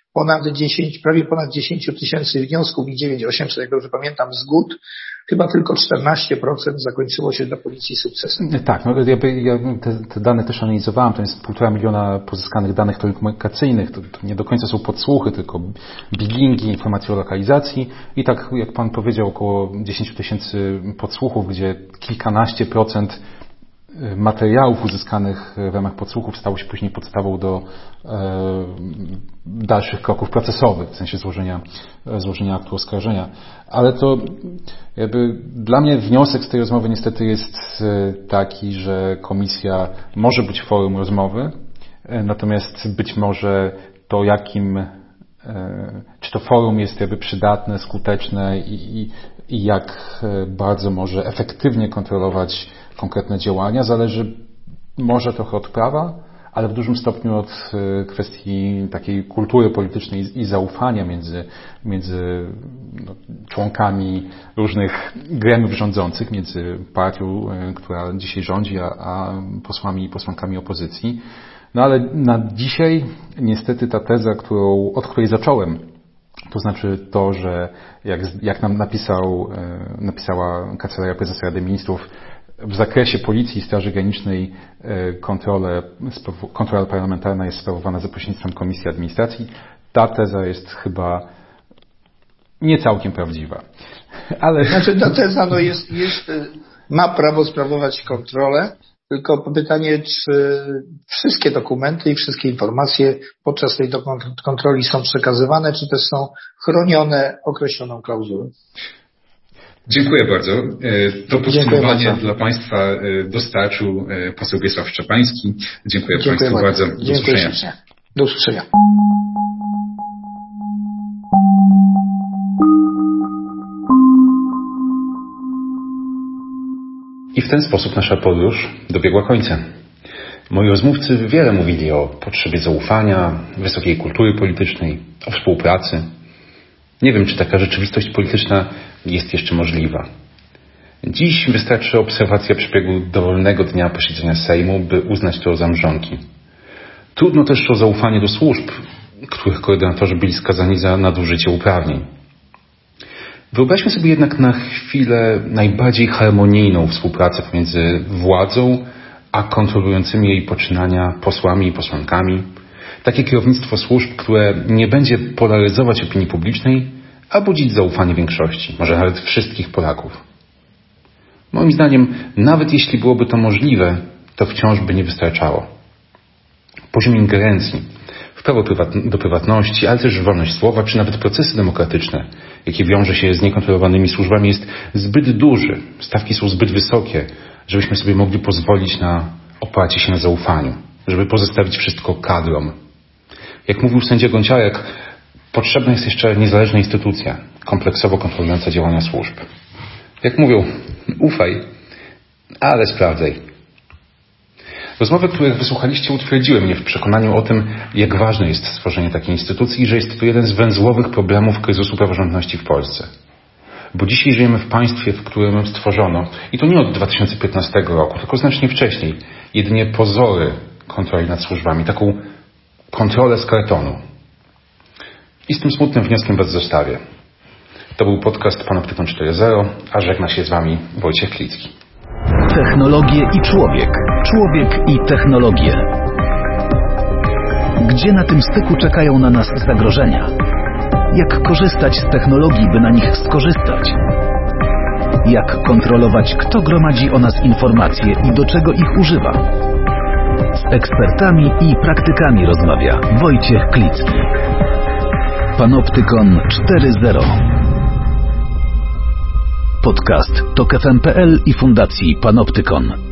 prawie ponad 10 tysięcy wniosków i 9800, jak dobrze pamiętam, zgód. Chyba tylko 14% zakończyło się dla policji sukcesem. Tak, no ja te dane też analizowałem. To jest 1,5 miliona pozyskanych danych telekomunikacyjnych. To nie do końca są podsłuchy, tylko bilingi, informacje o lokalizacji. I tak jak Pan powiedział, około 10 tysięcy podsłuchów, gdzie kilkanaście procent materiałów uzyskanych w ramach podsłuchów stało się później podstawą do dalszych kroków procesowych, w sensie złożenia aktu oskarżenia. Ale to dla mnie wniosek z tej rozmowy niestety jest taki, że komisja może być forum rozmowy, natomiast być może to czy to forum jest przydatne, skuteczne i jak bardzo może efektywnie kontrolować konkretne działania, zależy może trochę od prawa, ale w dużym stopniu od kwestii takiej kultury politycznej i zaufania między członkami różnych gremiów rządzących, między partią, która dzisiaj rządzi, a posłami i posłankami opozycji. No ale na dzisiaj niestety ta teza, od której zacząłem, to znaczy to, że jak nam napisała Kancelaria Prezesa Rady Ministrów, w zakresie Policji i Straży Granicznej kontrola parlamentarna jest sprawowana za pośrednictwem Komisji Administracji. Ta teza jest chyba nie całkiem prawdziwa. Ale... Znaczy ta teza ma prawo sprawować kontrolę, tylko pytanie, czy wszystkie dokumenty i wszystkie informacje podczas tej kontroli są przekazywane, czy też są chronione określoną klauzulą. Dziękuję bardzo. To podsumowanie dla Państwa dostarczył poseł Wiesław Szczepański. Dziękuję Państwu bardzo. Do usłyszenia. Do usłyszenia. I w ten sposób nasza podróż dobiegła końca. Moi rozmówcy wiele mówili o potrzebie zaufania, wysokiej kultury politycznej, o współpracy. Nie wiem, czy taka rzeczywistość polityczna jest jeszcze możliwa. Dziś wystarczy obserwacja przebiegu dowolnego dnia posiedzenia Sejmu, by uznać to za mrzonki. Trudno też o zaufanie do służb, których koordynatorzy byli skazani za nadużycie uprawnień. Wyobraźmy sobie jednak na chwilę najbardziej harmonijną współpracę pomiędzy władzą a kontrolującymi jej poczynania posłami i posłankami. Takie kierownictwo służb, które nie będzie polaryzować opinii publicznej, a budzić zaufanie większości, może nawet wszystkich Polaków. Moim zdaniem, nawet jeśli byłoby to możliwe, to wciąż by nie wystarczało. Poziom ingerencji w prawo do prywatności, ale też wolność słowa, czy nawet procesy demokratyczne, jakie wiąże się z niekontrolowanymi służbami, jest zbyt duży. Stawki są zbyt wysokie, żebyśmy sobie mogli pozwolić na oparcie się na zaufaniu, żeby pozostawić wszystko kadrom. Jak mówił sędzia Gonciarek, potrzebna jest jeszcze niezależna instytucja, kompleksowo kontrolująca działania służb. Jak mówią, ufaj, ale sprawdzaj. Rozmowy, których wysłuchaliście, utwierdziły mnie w przekonaniu o tym, jak ważne jest stworzenie takiej instytucji i że jest to jeden z węzłowych problemów kryzysu praworządności w Polsce. Bo dzisiaj żyjemy w państwie, w którym stworzono, i to nie od 2015 roku, tylko znacznie wcześniej, jedynie pozory kontroli nad służbami, taką kontrolę z kartonu. I z tym smutnym wnioskiem Was zostawię. To był podcast Panoptykon 4.0, a żegna się z Wami Wojciech Klicki. Technologie i człowiek. Człowiek i technologie. Gdzie na tym styku czekają na nas zagrożenia? Jak korzystać z technologii, by na nich skorzystać? Jak kontrolować, kto gromadzi o nas informacje i do czego ich używa? Z ekspertami i praktykami rozmawia Wojciech Klicki. Panoptykon 4.0. Podcast TOK FM.pl i Fundacji Panoptykon.